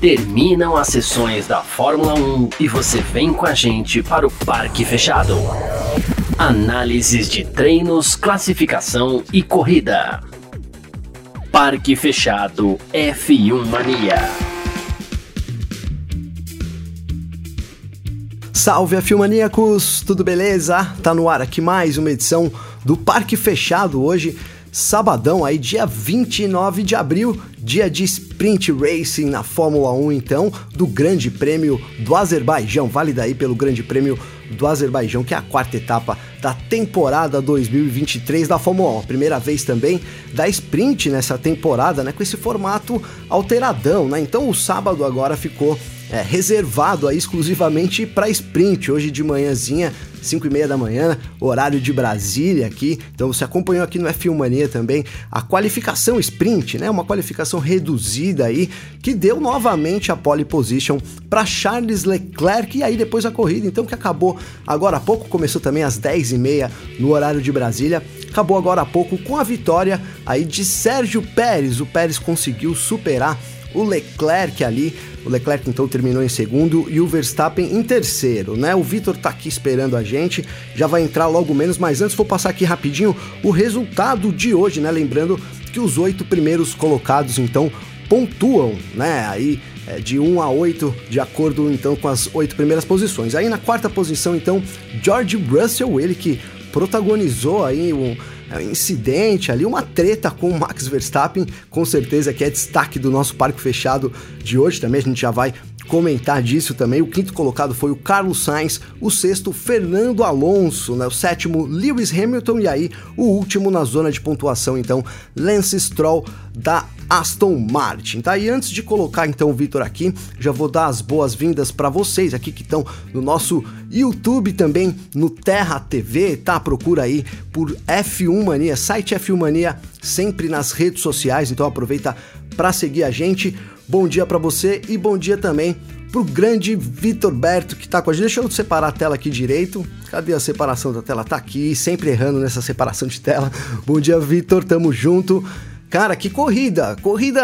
Terminam as sessões da Fórmula 1 e você vem com a gente para o Parque Fechado. Análises de treinos, classificação e corrida. Parque Fechado F1 Mania. Salve F1 Maníacos, tudo beleza? Tá no ar aqui mais uma edição do Parque Fechado hoje, sabadão aí, dia 29 de abril, dia de Sprint Racing na Fórmula 1 então, do Grande Prêmio do Azerbaijão, válida aí pelo Grande Prêmio do Azerbaijão, que é a quarta etapa da temporada 2023 da Fórmula 1, primeira vez também da Sprint nessa temporada, né, com esse formato alteradão, né, então o sábado agora ficou reservado aí exclusivamente para Sprint, hoje de manhãzinha, 5h30 da manhã, horário de Brasília aqui, então você acompanhou aqui no F1 Mania também a qualificação Sprint, né, uma qualificação reduzida aí, que deu novamente a pole position para Charles Leclerc, e aí depois a corrida, então, que acabou agora há pouco, começou também às 10h30 no horário de Brasília, acabou agora há pouco com a vitória aí de Sérgio Pérez, o Pérez conseguiu superar o Leclerc ali, o Leclerc então terminou em segundo e o Verstappen em terceiro, né? O Vitor tá aqui esperando a gente, já vai entrar logo menos, mas antes vou passar aqui rapidinho o resultado de hoje, né? Lembrando que os 8 primeiros colocados então pontuam, né? Aí de 1 a 8, de acordo então com as 8 primeiras posições. Aí na quarta posição então, George Russell, ele que protagonizou aí um incidente ali, uma treta com o Max Verstappen, com certeza que é destaque do nosso Parque Fechado de hoje também, a gente já vai comentar disso também. O quinto colocado foi o Carlos Sainz, o sexto Fernando Alonso, né? O sétimo Lewis Hamilton e aí o último na zona de pontuação então Lance Stroll da Aston Martin, tá? E antes de colocar então o Vitor aqui, já vou dar as boas-vindas para vocês aqui que estão no nosso YouTube também, no Terra TV, tá? Procura aí por F1 Mania, site F1 Mania, sempre nas redes sociais, então aproveita para seguir a gente. Bom dia para você e bom dia também pro grande Vitor Berto que tá com a gente. Deixa eu separar a tela aqui direito. Cadê a separação da tela? Tá aqui, sempre errando nessa separação de tela. Bom dia, Vitor, tamo junto. Cara, que corrida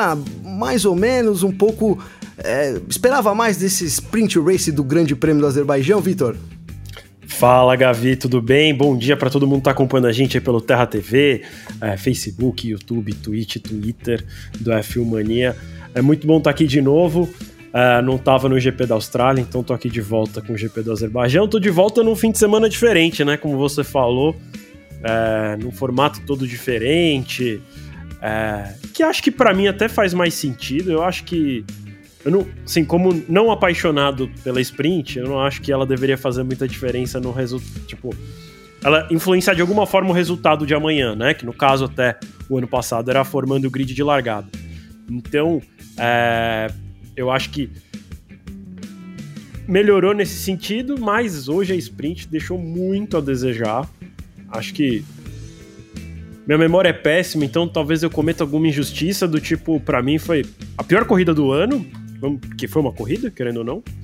mais ou menos, um pouco, esperava mais desse Sprint Race do Grande Prêmio do Azerbaijão, Vitor? Fala, Gavi, tudo bem? Bom dia para todo mundo que tá acompanhando a gente aí pelo Terra TV, Facebook, YouTube, Twitch, Twitter do F1 Mania. É muito bom estar aqui de novo, não tava no GP da Austrália, então tô aqui de volta com o GP do Azerbaijão, tô de volta num fim de semana diferente, né, como você falou, num formato todo diferente, que acho que pra mim até faz mais sentido. Eu acho que, eu não, assim, como não apaixonado pela Sprint, eu não acho que ela deveria fazer muita diferença no resultado, tipo, ela influenciar de alguma forma o resultado de amanhã, né, que no caso até o ano passado era formando o grid de largada. Então, eu acho que melhorou nesse sentido, mas hoje a Sprint deixou muito a desejar. Acho que minha memória é péssima, então talvez eu cometa alguma injustiça do tipo, pra mim foi a pior corrida do ano, que foi uma corrida, querendo ou não,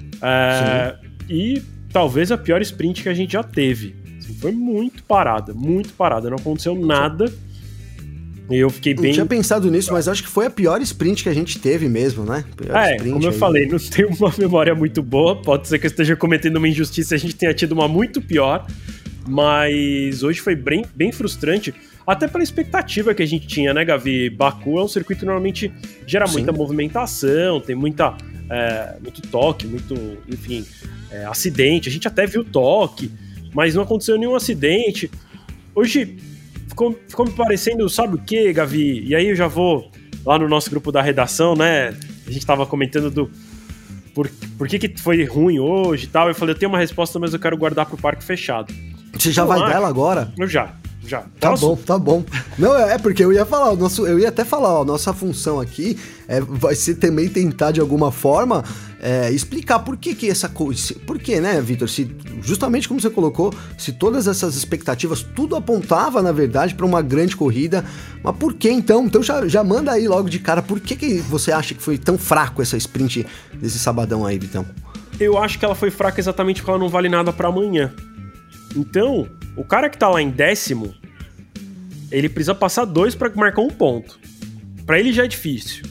e talvez a pior sprint que a gente já teve. Assim, foi muito parada, não aconteceu nada. E eu fiquei bem... Não tinha pensado nisso, mas acho que foi a pior sprint que a gente teve mesmo, né? Como eu falei, não tenho uma memória muito boa, pode ser que eu esteja cometendo uma injustiça e a gente tenha tido uma muito pior, mas hoje foi bem frustrante, até pela expectativa que a gente tinha, né, Gavi? Baku é um circuito que normalmente gera muita movimentação, tem muito toque, enfim, acidente. A gente até viu toque, mas não aconteceu nenhum acidente. Hoje ficou me parecendo, sabe o que, Gavi? E aí eu já vou lá no nosso grupo da redação, né? A gente tava comentando por que foi ruim hoje e tal. Eu falei, eu tenho uma resposta, mas eu quero guardar pro Parque Fechado. Você já vai dela agora? Eu já. Tá bom. Não, porque eu ia falar, a nossa função aqui vai ser também tentar de alguma forma explicar por que essa coisa, por que, né, Vitor, se justamente como você colocou, se todas essas expectativas, tudo apontava, na verdade, para uma grande corrida, mas por que então? Então já manda aí logo de cara, por que você acha que foi tão fraco essa sprint desse sabadão aí, Vitão? Eu acho que ela foi fraca exatamente porque ela não vale nada para amanhã. Então, o cara que tá lá em 10º, ele precisa passar 2 para marcar 1 ponto. Para ele já é difícil.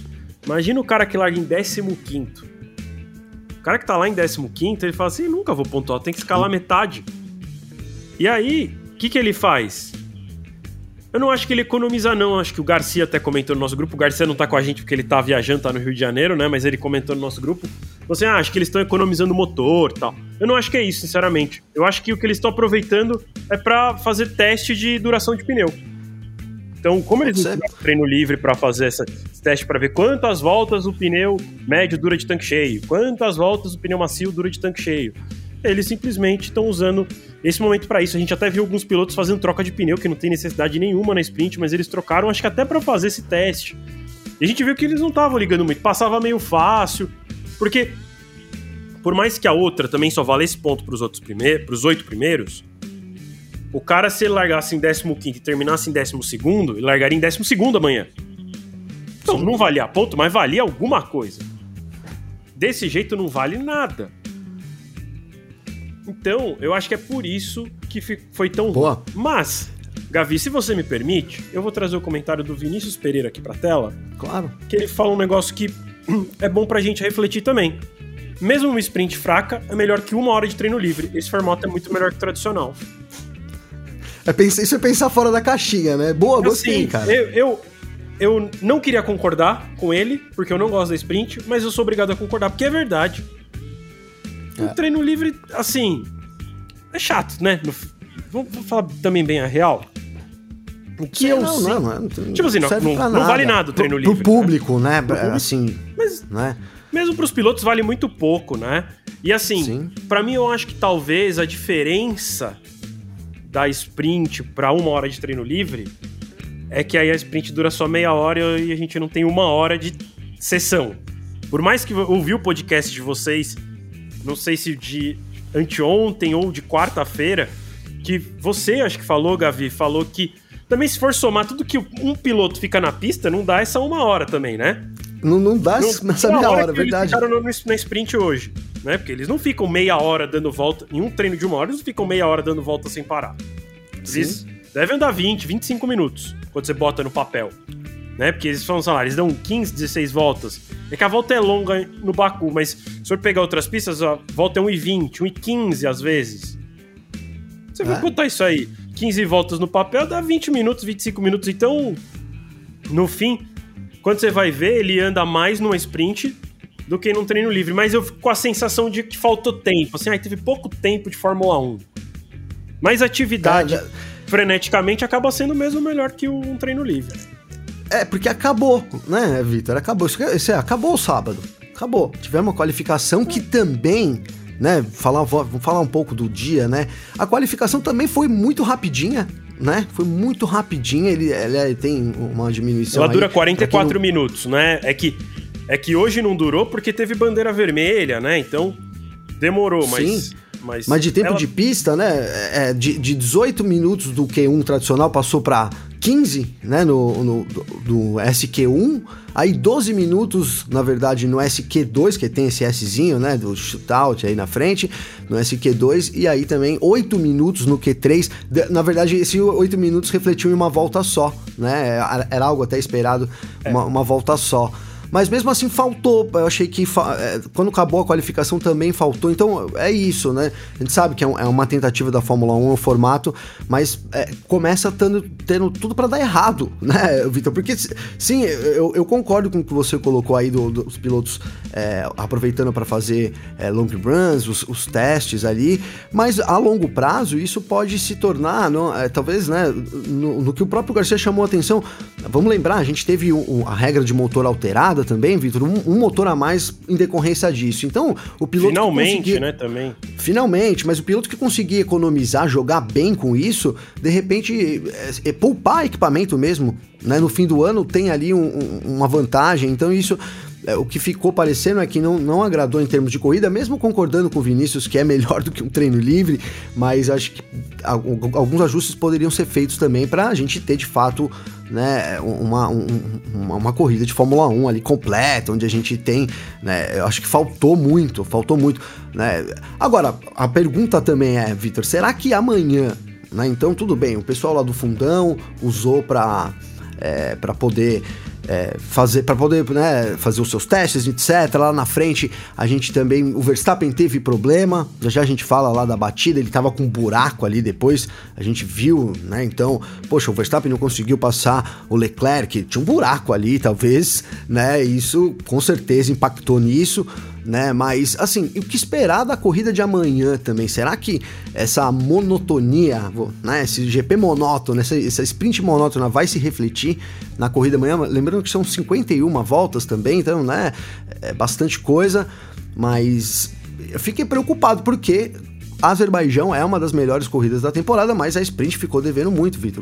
Imagina o cara que larga em 15º. O cara que tá lá em 15º, ele fala assim, nunca vou pontuar, tem que escalar metade. E aí, o que ele faz? Eu não acho que ele economiza, não. Acho que o Garcia até comentou no nosso grupo. O Garcia não tá com a gente porque ele tá viajando, tá no Rio de Janeiro, né? Mas ele comentou no nosso grupo. Você acha que eles estão economizando motor e tal. Eu não acho que é isso, sinceramente. Eu acho que o que eles estão aproveitando é pra fazer teste de duração de pneu. Então, como eles não têm treino livre pra fazer esse teste pra ver quantas voltas o pneu médio dura de tanque cheio, quantas voltas o pneu macio dura de tanque cheio, eles simplesmente estão usando esse momento para isso. A gente até viu alguns pilotos fazendo troca de pneu, que não tem necessidade nenhuma na sprint, mas eles trocaram, acho que até para fazer esse teste. E a gente viu que eles não estavam ligando muito, passava meio fácil, porque por mais que a outra também só valesse ponto pros 8 primeiros, o cara, se ele largasse em 15º e terminasse em 12º, ele largaria em 12º amanhã. Então não valia ponto, mas valia alguma coisa. Desse jeito não vale nada. Então, eu acho que é por isso que foi tão ruim. Mas, Gavi, se você me permite, eu vou trazer o comentário do Vinícius Pereira aqui pra tela. Claro. Que ele fala um negócio que é bom pra gente refletir também. Mesmo uma sprint fraca, é melhor que 1 hora de treino livre. Esse formato é muito melhor que o tradicional. Isso é pensar fora da caixinha, né? Boa, gostei, assim, cara. Eu não queria concordar com ele, porque eu não gosto da sprint, mas eu sou obrigado a concordar, porque é verdade. O treino livre, assim, é chato, né? Vamos falar também bem a real. O que eu não, tipo assim, não vale nada o treino livre. Pro público, né? Assim, mas, né? Mesmo pros pilotos vale muito pouco, né? E assim, pra mim eu acho que talvez a diferença da sprint pra 1 hora de treino livre é que aí a sprint dura só meia hora e a gente não tem 1 hora de sessão. Por mais que eu ouvi o podcast de vocês, não sei se de anteontem ou de quarta-feira, que você, acho que falou, Gavi, falou que também se for somar tudo que um piloto fica na pista, não dá essa 1 hora também, né? Não dá essa meia hora, verdade. Eles ficaram na sprint hoje, né? Porque eles não ficam meia hora dando volta, em um treino de 1 hora, eles não ficam meia hora dando volta sem parar. Eles devem andar 20, 25 minutos, quando você bota no papel. Né? Porque eles falam, sei lá, eles dão 15, 16 voltas. É que a volta é longa no Baku, mas se for pegar outras pistas, a volta é 1,20, 1,15 às vezes. Você vai botar isso aí, 15 voltas no papel, dá 20 minutos, 25 minutos. Então, no fim, quando você vai ver, ele anda mais numa sprint do que num treino livre. Mas eu fico com a sensação de que faltou tempo. Assim, teve pouco tempo de Fórmula 1. Mas a atividade, freneticamente, acaba sendo mesmo melhor que um treino livre. Porque acabou, né, Vitor? Acabou. Acabou o sábado. Acabou. Tivemos uma qualificação que também, né? Vamos falar um pouco do dia, né? A qualificação também foi muito rapidinha, né? Foi muito rapidinha. Ele tem uma diminuição. Ela dura 44 minutos, né? É que hoje não durou porque teve bandeira vermelha, né? Então demorou, mas de tempo de pista, né? De 18 minutos do Q1 tradicional passou para 15, né, do SQ1, aí 12 minutos, na verdade, no SQ2, que tem esse Szinho, né, do shootout aí na frente, no SQ2, e aí também 8 minutos no Q3, na verdade, esses 8 minutos refletiam em uma volta só, né, era algo até esperado, uma volta só. Mas mesmo assim faltou, eu achei que quando acabou a qualificação também faltou, então é isso, né? A gente sabe que é uma tentativa da Fórmula 1, o formato, mas começa tendo tudo para dar errado, né, Vitor? Porque, sim, eu concordo com o que você colocou aí dos pilotos aproveitando para fazer long runs, os testes ali, mas a longo prazo isso pode se tornar, talvez, né, no que o próprio Garcia chamou a atenção. Vamos lembrar, a gente teve a regra de motor alterada também, Vitor, um motor a mais em decorrência disso. Então, o piloto finalmente, né, também. Finalmente, mas o piloto que conseguir economizar, jogar bem com isso, de repente, poupar equipamento mesmo, né, no fim do ano tem ali uma vantagem. Então, isso... o que ficou parecendo é que não agradou em termos de corrida, mesmo concordando com o Vinícius que é melhor do que um treino livre, mas acho que alguns ajustes poderiam ser feitos também para a gente ter de fato, né, uma corrida de Fórmula 1 ali completa, onde a gente tem, né, eu acho que faltou muito, né. Agora, a pergunta também é, Vitor, será que amanhã, né, então tudo bem, o pessoal lá do fundão usou para poder fazer para poder, né, fazer os seus testes, etc. Lá na frente a gente também, o Verstappen teve problema, já a gente fala lá da batida, ele tava com um buraco ali depois, a gente viu, né, então, poxa, o Verstappen não conseguiu passar o Leclerc, tinha um buraco ali, talvez, né, isso com certeza impactou nisso, né, mas assim, o que esperar da corrida de amanhã também? Será que essa monotonia, né, esse GP monótono, essa sprint monótona vai se refletir na corrida amanhã? Lembrando que são 51 voltas também, então, né, é bastante coisa, mas eu fiquei preocupado porque a Azerbaijão é uma das melhores corridas da temporada, mas a sprint ficou devendo muito, Vitor.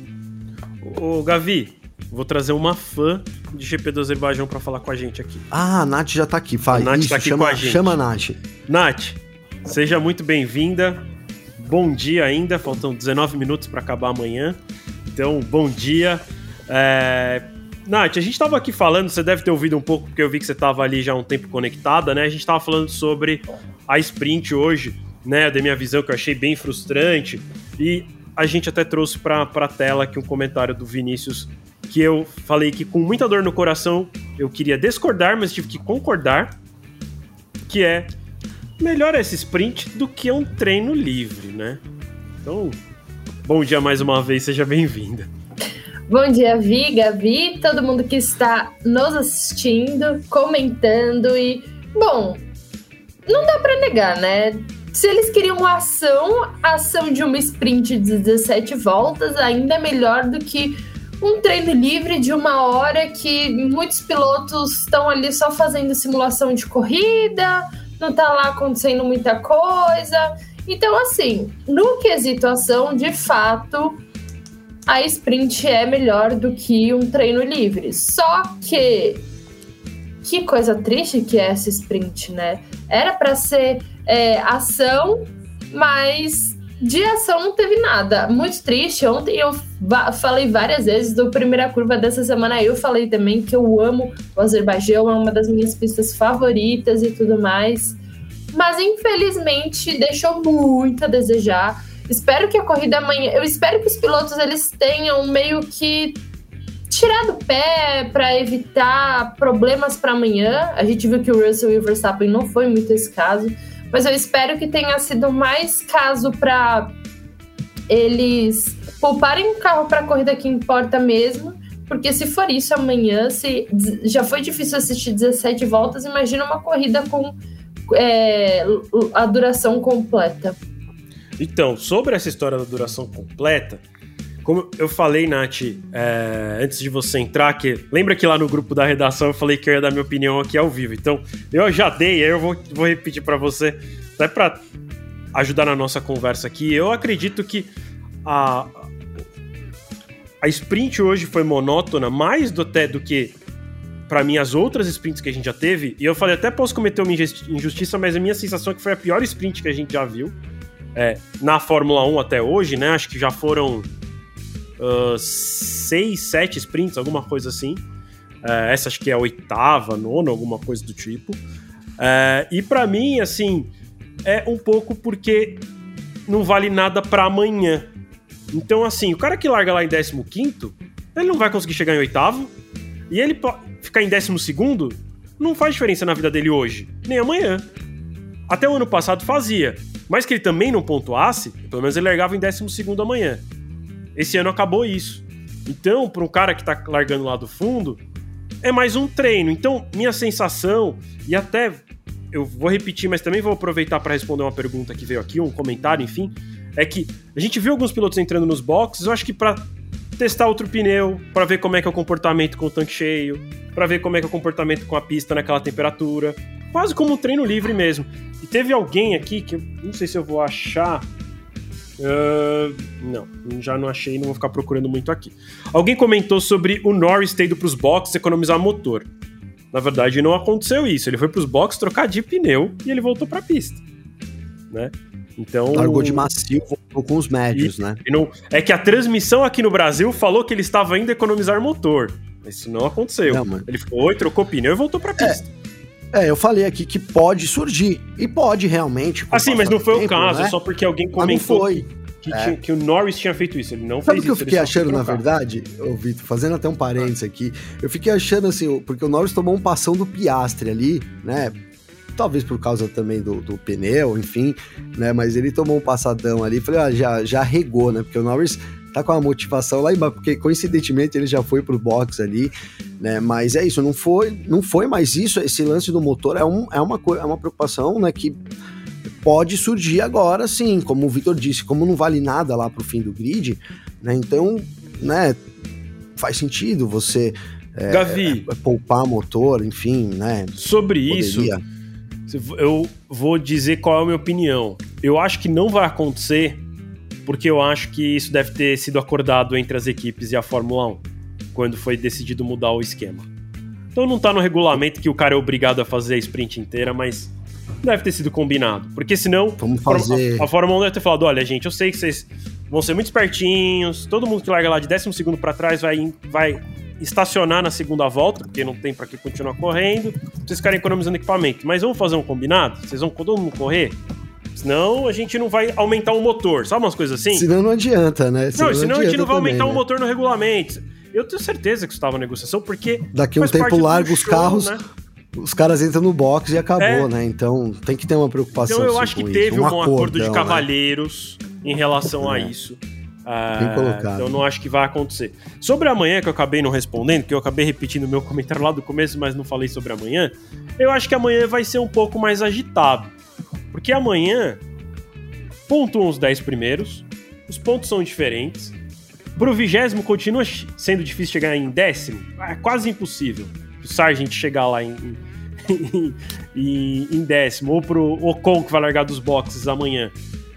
Ô, Gavi, vou trazer uma fã de GP do Azerbaijão pra falar com a gente aqui. Ah, a Nath já tá aqui. A Nath tá aqui com a gente. Chama a Nath. Nath, seja muito bem-vinda. Bom dia ainda, faltam 19 minutos pra acabar amanhã. Então, bom dia. Nath, a gente tava aqui falando, você deve ter ouvido um pouco, porque eu vi que você tava ali já há um tempo conectada, né? A gente tava falando sobre a sprint hoje, né? Da minha visão, que eu achei bem frustrante. E a gente até trouxe pra tela aqui um comentário do Vinícius, que eu falei que com muita dor no coração eu queria discordar, mas tive que concordar, que é melhor esse sprint do que um treino livre, né? Então, bom dia mais uma vez, seja bem-vinda. Bom dia, Vi, Gavi, todo mundo que está nos assistindo, comentando e... Bom, não dá pra negar, né? Se eles queriam a ação de uma sprint de 17 voltas ainda é melhor do que um treino livre de 1 hora que muitos pilotos estão ali só fazendo simulação de corrida, não tá lá acontecendo muita coisa. Então, assim, no quesito ação, de fato, a sprint é melhor do que um treino livre. Só que coisa triste que é essa sprint, né? Era pra ser ação, mas de ação não teve nada. Muito triste. Ontem eu falei várias vezes do primeira curva dessa semana. Eu falei também que eu amo o Azerbaijão, é uma das minhas pistas favoritas e tudo mais. Mas infelizmente deixou muito a desejar. Espero que a corrida amanhã... Eu espero que os pilotos eles tenham meio que tirado o pé para evitar problemas para amanhã. A gente viu que o Russell e o Verstappen não foi muito esse caso. Mas eu espero que tenha sido mais caso para eles pouparem o carro para a corrida que importa mesmo, porque se for isso amanhã, se já foi difícil assistir 17 voltas, imagina uma corrida com a duração completa. Então, sobre essa história da duração completa, como eu falei, Nath, antes de você entrar, que lembra que lá no grupo da redação eu falei que eu ia dar minha opinião aqui ao vivo. Então, eu já dei, aí eu vou repetir para você, até para ajudar na nossa conversa aqui. Eu acredito que a sprint hoje foi monótona, mais do que, para mim, as outras sprints que a gente já teve. E eu falei, até posso cometer uma injustiça, mas a minha sensação é que foi a pior sprint que a gente já viu na Fórmula 1 até hoje, né? Acho que já foram 6, 7 sprints, alguma coisa assim. Essa acho que é a 8ª, 9ª, alguma coisa do tipo. E pra mim, assim, é um pouco porque não vale nada pra amanhã. Então, assim, o cara que larga lá em 15º, ele não vai conseguir chegar em 8º, e ele ficar em 12º não faz diferença na vida dele hoje, nem amanhã. Até o ano passado fazia, mas que ele também não pontuasse, pelo menos ele largava em 12º amanhã. Esse ano acabou isso. Então, para um cara que tá largando lá do fundo, é mais um treino. Então, minha sensação, e até eu vou repetir, mas também vou aproveitar para responder uma pergunta que veio aqui, um comentário, enfim, é que a gente viu alguns pilotos entrando nos boxes, eu acho que para testar outro pneu, para ver como é que é o comportamento com o tanque cheio, para ver como é que é o comportamento com a pista naquela temperatura, quase como um treino livre mesmo. E teve alguém aqui, que eu não sei se eu vou achar... não, já não achei, não vou ficar procurando muito aqui. Alguém comentou sobre o Norris ter ido pros boxes economizar motor. Na verdade, não aconteceu isso. Ele foi pros boxes trocar de pneu e ele voltou pra pista, né? Então, largou de macio, voltou com os médios, né? É que a transmissão aqui no Brasil falou que ele estava indo economizar motor. Mas isso não aconteceu. Não, ele foi, trocou pneu e voltou pra pista. Eu falei aqui que pode surgir. E pode realmente. Assim, mas não foi o caso, né? Só porque alguém comentou que o Norris tinha feito isso. Ele não Sabe fez isso. Sabe o que eu fiquei achando, na verdade, Vitor, fazendo até um parênteses aqui, eu fiquei achando assim, porque o Norris tomou um passão do Piastri ali, né? Talvez por causa também do pneu, enfim, né? Mas ele tomou um passadão ali, falei, já regou, né? Porque o Norris tá com uma motivação lá embaixo, porque coincidentemente ele já foi pro box ali, né? Mas é isso, não foi mais isso, esse lance do motor é uma preocupação, né? Que pode surgir agora, sim, como o Vitor disse, como não vale nada lá pro fim do grid, né? Então, né? Faz sentido você Gavi, poupar motor, enfim, né? Sobre isso, eu vou dizer qual é a minha opinião. Eu acho que não vai acontecer, porque eu acho que isso deve ter sido acordado entre as equipes e a Fórmula 1, quando foi decidido mudar o esquema. Então não tá no regulamento que o cara é obrigado a fazer a sprint inteira, mas deve ter sido combinado. Porque senão a Fórmula 1 deve ter falado, olha gente, eu sei que vocês vão ser muito espertinhos, todo mundo que larga lá de 12º para trás vai estacionar na segunda volta, porque não tem para que continuar correndo, vocês ficarem economizando equipamento. Mas vamos fazer um combinado? Vocês vão todo mundo correr? Senão a gente não vai aumentar o motor, sabe umas coisas assim? Senão não adianta, né? Senão a gente não vai aumentar o motor no regulamento. Eu tenho certeza que isso estava na negociação, porque daqui a um tempo larga os carros, né? Os caras entram no box e acabou, né? Então tem que ter uma preocupação. Então eu acho que teve um acordo de cavalheiros, né? Em relação a isso. Bem colocado. Então eu não acho que vai acontecer. Sobre amanhã, que eu acabei não respondendo, que eu acabei repetindo o meu comentário lá do começo, mas não falei sobre amanhã, eu acho que amanhã vai ser um pouco mais agitado. Porque amanhã pontuam os 10 primeiros, os pontos são diferentes. Pro 20º continua sendo difícil chegar em 10º, é quase impossível o Sargent chegar lá em 10º, ou pro Ocon que vai largar dos boxes amanhã.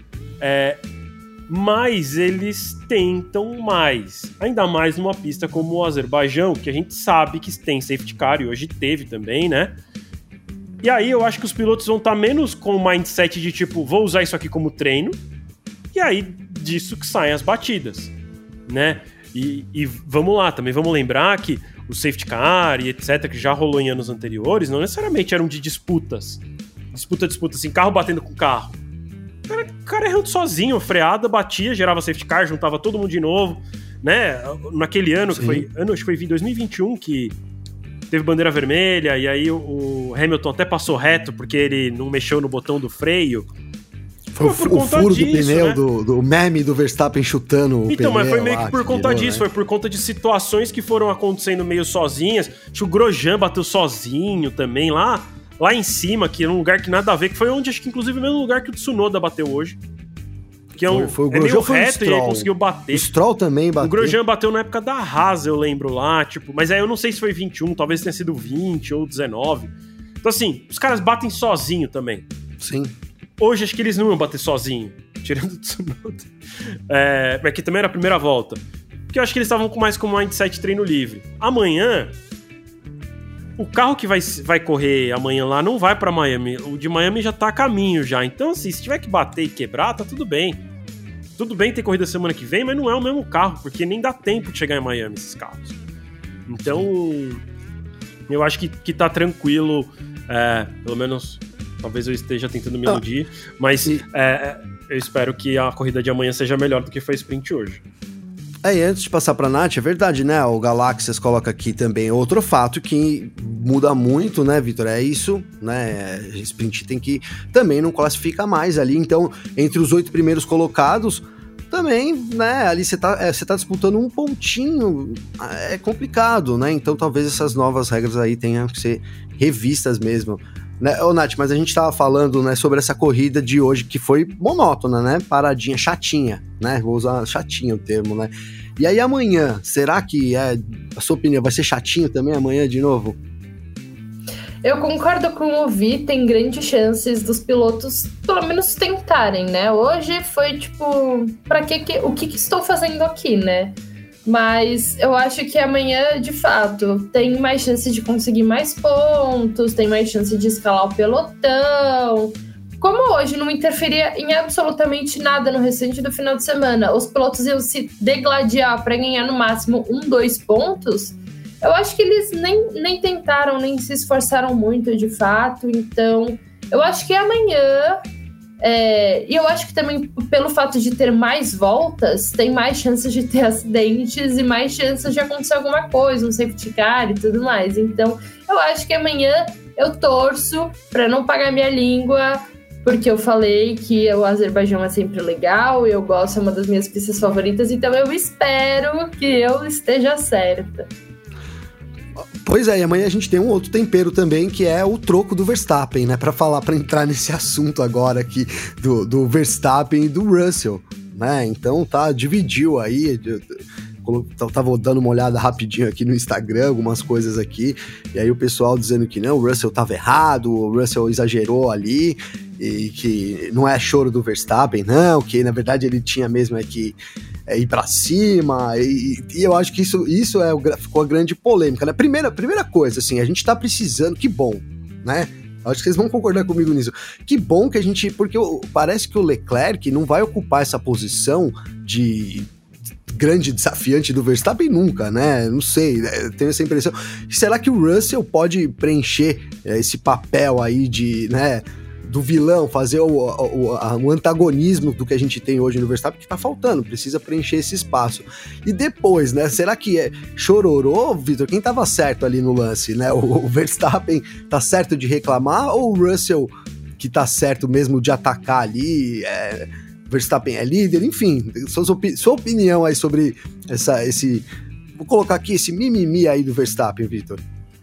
Mas eles tentam mais, ainda mais numa pista como o Azerbaijão, que a gente sabe que tem safety car, e hoje teve também, né? E aí eu acho que os pilotos vão estar menos com o mindset de tipo, vou usar isso aqui como treino, e aí disso que saem as batidas, né? E vamos lá, também vamos lembrar que o safety car e etc, que já rolou em anos anteriores, não necessariamente eram de disputas, assim, carro batendo com carro. O cara errando sozinho, freada, batia, gerava safety car, juntava todo mundo de novo, né? Naquele ano, que foi, acho que foi em 2021, que teve bandeira vermelha, e aí o Hamilton até passou reto, porque ele não mexeu no botão do freio. Foi o furo disso, do pneu, né? do meme do Verstappen chutando o pneu. Então, mas foi meio que por conta disso, né? Foi por conta de situações que foram acontecendo meio sozinhas. Acho que o Grosjean bateu sozinho também, lá em cima, que era um lugar que nada a ver, que foi onde, acho que inclusive o mesmo lugar que o Tsunoda bateu hoje. Que foi o Grosjean, meio reto, e ele conseguiu bater. O Stroll também bateu. O Grosjean bateu na época da Haas, eu lembro lá, tipo, mas aí eu não sei se foi 21, talvez tenha sido 20 ou 19. Então assim, os caras batem sozinho também. Sim. Hoje acho que eles não iam bater sozinho, tirando o Tsunoda. Aqui também era a primeira volta. Porque eu acho que eles estavam mais com mindset treino livre. Amanhã, o carro que vai correr amanhã lá não vai pra Miami. O de Miami já tá a caminho já. Então assim, se tiver que bater e quebrar, tá tudo bem. Tudo bem ter corrida semana que vem, mas não é o mesmo carro, porque nem dá tempo de chegar em Miami esses carros. Então, eu acho que tá tranquilo, pelo menos, talvez eu esteja tentando me iludir, mas eu espero que a corrida de amanhã seja melhor do que foi a sprint hoje. E antes de passar pra Nath, é verdade, né? O Galáxias coloca aqui também outro fato que muda muito, né, Vitor? É isso, né? A sprint tem que também não classifica mais ali. Então, entre os 8 primeiros colocados, também, né? Ali você tá disputando um pontinho. É complicado, né? Então, talvez essas novas regras aí tenham que ser revistas mesmo. Né? Ô, Nath, mas a gente tava falando, né, sobre essa corrida de hoje que foi monótona, né? Paradinha, chatinha, né? Vou usar chatinho o termo, né? E aí amanhã, será que a sua opinião vai ser chatinho também amanhã de novo? Eu concordo com o Vi, tem grandes chances dos pilotos pelo menos tentarem, né? Hoje foi tipo, o que estou fazendo aqui, né? Mas eu acho que amanhã, de fato, tem mais chance de conseguir mais pontos, tem mais chance de escalar o pelotão. Como hoje não interferia em absolutamente nada no restante do final de semana, os pilotos iam se degladiar para ganhar no máximo 1-2 pontos, eu acho que eles nem tentaram, nem se esforçaram muito de fato. Então, eu acho que amanhã E eu acho que também, pelo fato de ter mais voltas, tem mais chances de ter acidentes e mais chances de acontecer alguma coisa, um safety car e tudo mais. Então, eu acho que amanhã eu torço para não pagar minha língua, porque eu falei que o Azerbaijão é sempre legal, eu gosto, é uma das minhas pistas favoritas, então eu espero que eu esteja certa. Pois é, e amanhã a gente tem um outro tempero também, que é o troco do Verstappen, né? Para entrar nesse assunto agora aqui do Verstappen e do Russell, né? Então dividiu aí. Tava dando uma olhada rapidinho aqui no Instagram, algumas coisas aqui, e aí o pessoal dizendo que não, o Russell tava errado, o Russell exagerou ali, e que não é choro do Verstappen, não, que na verdade ele tinha mesmo que ir pra cima, e eu acho que isso ficou a grande polêmica, né? Primeira coisa, assim, a gente tá precisando, que bom, né? Acho que vocês vão concordar comigo nisso. Que bom que a gente, porque parece que o Leclerc não vai ocupar essa posição de grande desafiante do Verstappen nunca, né? Não sei, tenho essa impressão. Será que o Russell pode preencher esse papel aí de, né, do vilão, fazer o antagonismo do que a gente tem hoje no Verstappen, que tá faltando, precisa preencher esse espaço. E depois, né, será que chororô, Vitor? Quem tava certo ali no lance, né? O Verstappen tá certo de reclamar ou o Russell que tá certo mesmo de atacar ali? Verstappen é líder, enfim, sua opinião aí sobre vou colocar aqui esse mimimi aí do Verstappen, Vitor.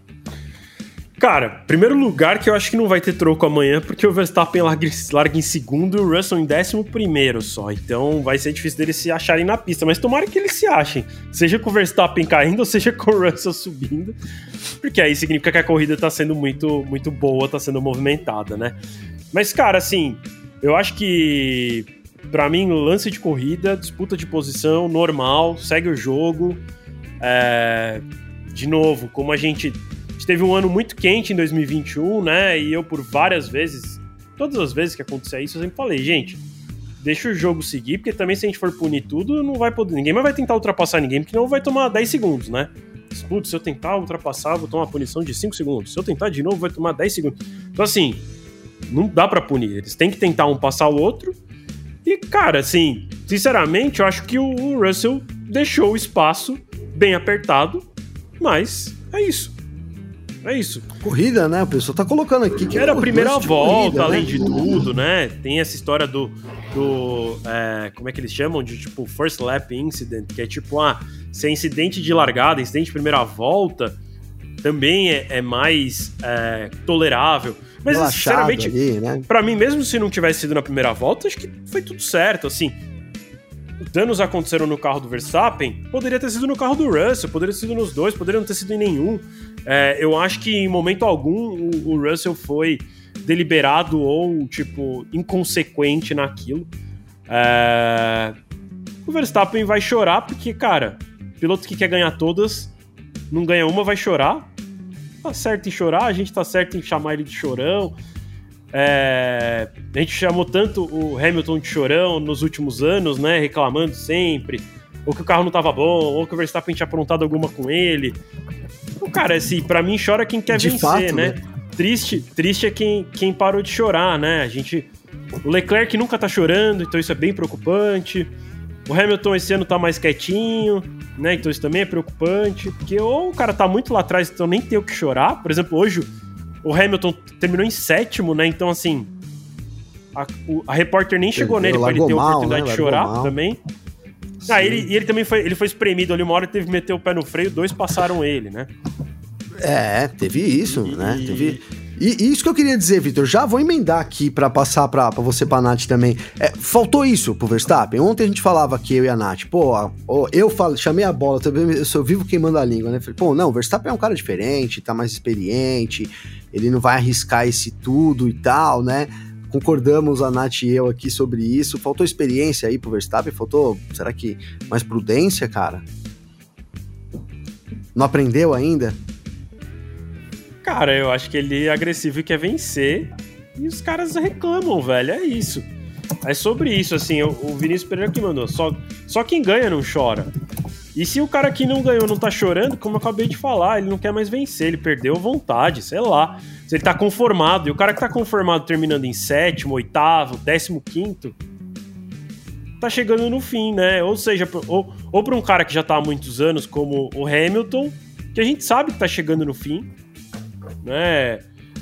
Cara, primeiro lugar que eu acho que não vai ter troco amanhã, porque o Verstappen larga em segundo e o Russell em 11º só, então vai ser difícil deles se acharem na pista, mas tomara que eles se achem, seja com o Verstappen caindo ou seja com o Russell subindo, porque aí significa que a corrida tá sendo muito, muito boa, tá sendo movimentada, né? Mas, cara, assim, eu acho que pra mim, lance de corrida, disputa de posição, normal, segue o jogo. De novo, como a gente teve um ano muito quente em 2021, né? E eu, por várias vezes, todas as vezes que acontecia isso, eu sempre falei, gente, deixa o jogo seguir, porque também se a gente for punir tudo, não vai poder, ninguém mais vai tentar ultrapassar ninguém, porque não vai tomar 10 segundos, né? Putz, se eu tentar ultrapassar, vou tomar uma punição de 5 segundos. Se eu tentar de novo, vai tomar 10 segundos. Então, assim, não dá pra punir. Eles têm que tentar um passar o outro. E, cara, assim, sinceramente, eu acho que o Russell deixou o espaço bem apertado, mas é isso. É isso. Corrida, né? O pessoal tá colocando aqui que era a primeira volta, corrida, além né? de tudo, né? Tem essa história do como é que eles chamam? De, tipo, first lap incident, que é tipo, se é incidente de largada, incidente de primeira volta, também é mais tolerável. Mas, sinceramente, ali, né? Pra mim, mesmo se não tivesse sido na primeira volta, acho que foi tudo certo, assim. Danos aconteceram no carro do Verstappen, poderia ter sido no carro do Russell, poderia ter sido nos dois, poderia não ter sido em nenhum. Eu acho que em momento algum o Russell foi deliberado ou, tipo, inconsequente naquilo. O Verstappen vai chorar porque, cara, piloto que quer ganhar todas, não ganha uma, vai chorar. Tá certo em chorar, a gente tá certo em chamar ele de chorão. A gente chamou tanto o Hamilton de chorão nos últimos anos, né, reclamando sempre, ou que o carro não tava bom, ou que o Verstappen tinha aprontado alguma com ele. O cara, assim, pra mim chora quem quer vencer, fato, né? Triste é quem parou de chorar, né? O Leclerc nunca tá chorando, então isso é bem preocupante. O Hamilton esse ano tá mais quietinho, né? Então isso também é preocupante, porque ou o cara tá muito lá atrás, então nem tem o que chorar. Por exemplo, hoje o Hamilton terminou em 7º, né? Então, assim, a repórter nem chegou nele pra ele ter a oportunidade de chorar também. Ele também foi espremido ali uma hora, teve que meter o pé no freio, 2 passaram ele, né? Teve isso, né? E isso que eu queria dizer, Vitor, já vou emendar aqui pra passar pra você, pra Nath também. Faltou isso pro Verstappen. Ontem a gente falava aqui, eu e a Nath, chamei a bola, também, eu sou vivo queimando a língua, né? Falei, não, o Verstappen é um cara diferente, tá mais experiente, ele não vai arriscar esse tudo e tal, né? Concordamos, a Nath e eu aqui sobre isso. Faltou experiência aí pro Verstappen? Faltou, será que mais prudência, cara? Não aprendeu ainda? Cara, eu acho que ele é agressivo e quer vencer, e os caras reclamam, velho, é isso. É sobre isso, assim, o Vinícius Pereira que mandou, só quem ganha não chora, E se o cara que não ganhou não tá chorando, como eu acabei de falar, ele não quer mais vencer, ele perdeu vontade, sei lá. Se ele tá conformado, e o cara que tá conformado terminando em 7º, 8º, 15º, tá chegando no fim, né? Ou seja, ou pra um cara que já tá há muitos anos, como o Hamilton, que a gente sabe que tá chegando no fim, né?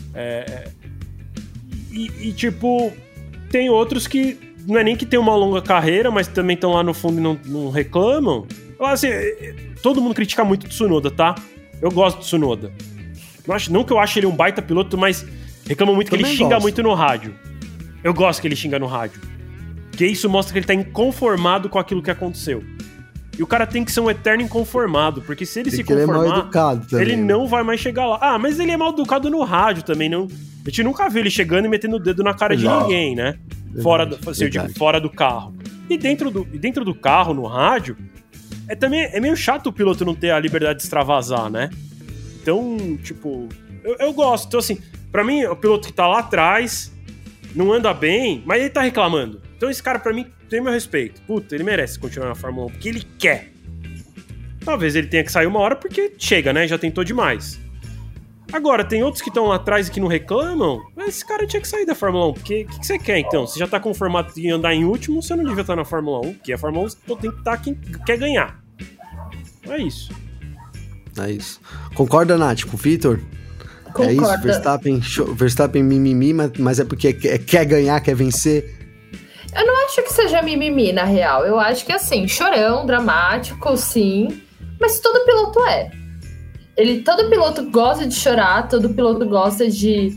Tipo, tem outros que não é nem que tem uma longa carreira, mas também estão lá no fundo e não reclamam. Assim, todo mundo critica muito o Tsunoda, tá? Eu gosto do Tsunoda. Não que eu ache ele um baita piloto, mas reclamam muito que ele xinga muito no rádio. Eu gosto que ele xinga no rádio. Porque isso mostra que ele tá inconformado com aquilo que aconteceu. E o cara tem que ser um eterno inconformado, porque se ele se conformar, ele é mal educado também, ele não vai mais chegar lá. Ah, mas ele é mal educado no rádio também, não. A gente nunca viu ele chegando e metendo o dedo na cara de ninguém, né? Fora do carro. E dentro do carro, no rádio, é meio chato o piloto não ter a liberdade de extravasar, né? Então, tipo, eu gosto. Então, assim, pra mim, o piloto que tá lá atrás, não anda bem, mas ele tá reclamando. Então esse cara, pra mim, tem meu respeito. Puta, ele merece continuar na Fórmula 1, porque ele quer. Talvez ele tenha que sair uma hora, porque chega, né? Já tentou demais. Agora, tem outros que estão lá atrás e que não reclamam, mas esse cara tinha que sair da Fórmula 1, porque o que você quer, então? Você já tá conformado em andar em último, você não devia estar na Fórmula 1, porque a Fórmula 1 tem que estar quem quer ganhar. É isso. É isso. Concorda, Nath, com o Vitor? Concordo. É isso, Verstappen mimimi, mas é porque quer ganhar, quer vencer. Eu não acho que seja mimimi, na real. Eu acho que, assim, chorão, dramático, sim. Mas todo piloto é. Todo piloto gosta de chorar, todo piloto gosta de...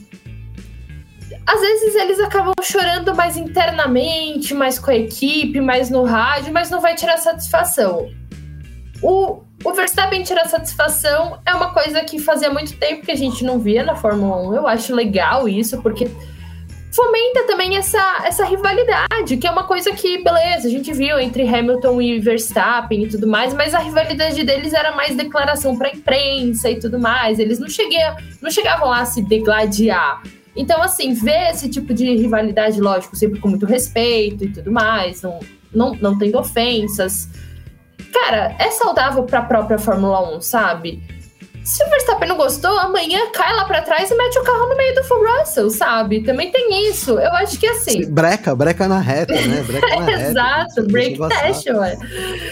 Às vezes eles acabam chorando mais internamente, mais com a equipe, mais no rádio, mas não vai tirar satisfação. O Verstappen tirar satisfação é uma coisa que fazia muito tempo que a gente não via na Fórmula 1. Eu acho legal isso, porque fomenta também essa rivalidade, que é uma coisa que, beleza, a gente viu entre Hamilton e Verstappen e tudo mais, mas a rivalidade deles era mais declaração pra imprensa e tudo mais, eles não chegavam lá a se degladiar. Então, assim, ver esse tipo de rivalidade, lógico, sempre com muito respeito e tudo mais, não tendo ofensas, cara, é saudável pra própria Fórmula 1, sabe? Se o Verstappen não gostou, amanhã cai lá pra trás e mete o carro no meio do Russell, sabe? Também tem isso. Eu acho que assim... Breca na reta, né? Breca na reta. Exato, break dash, ué.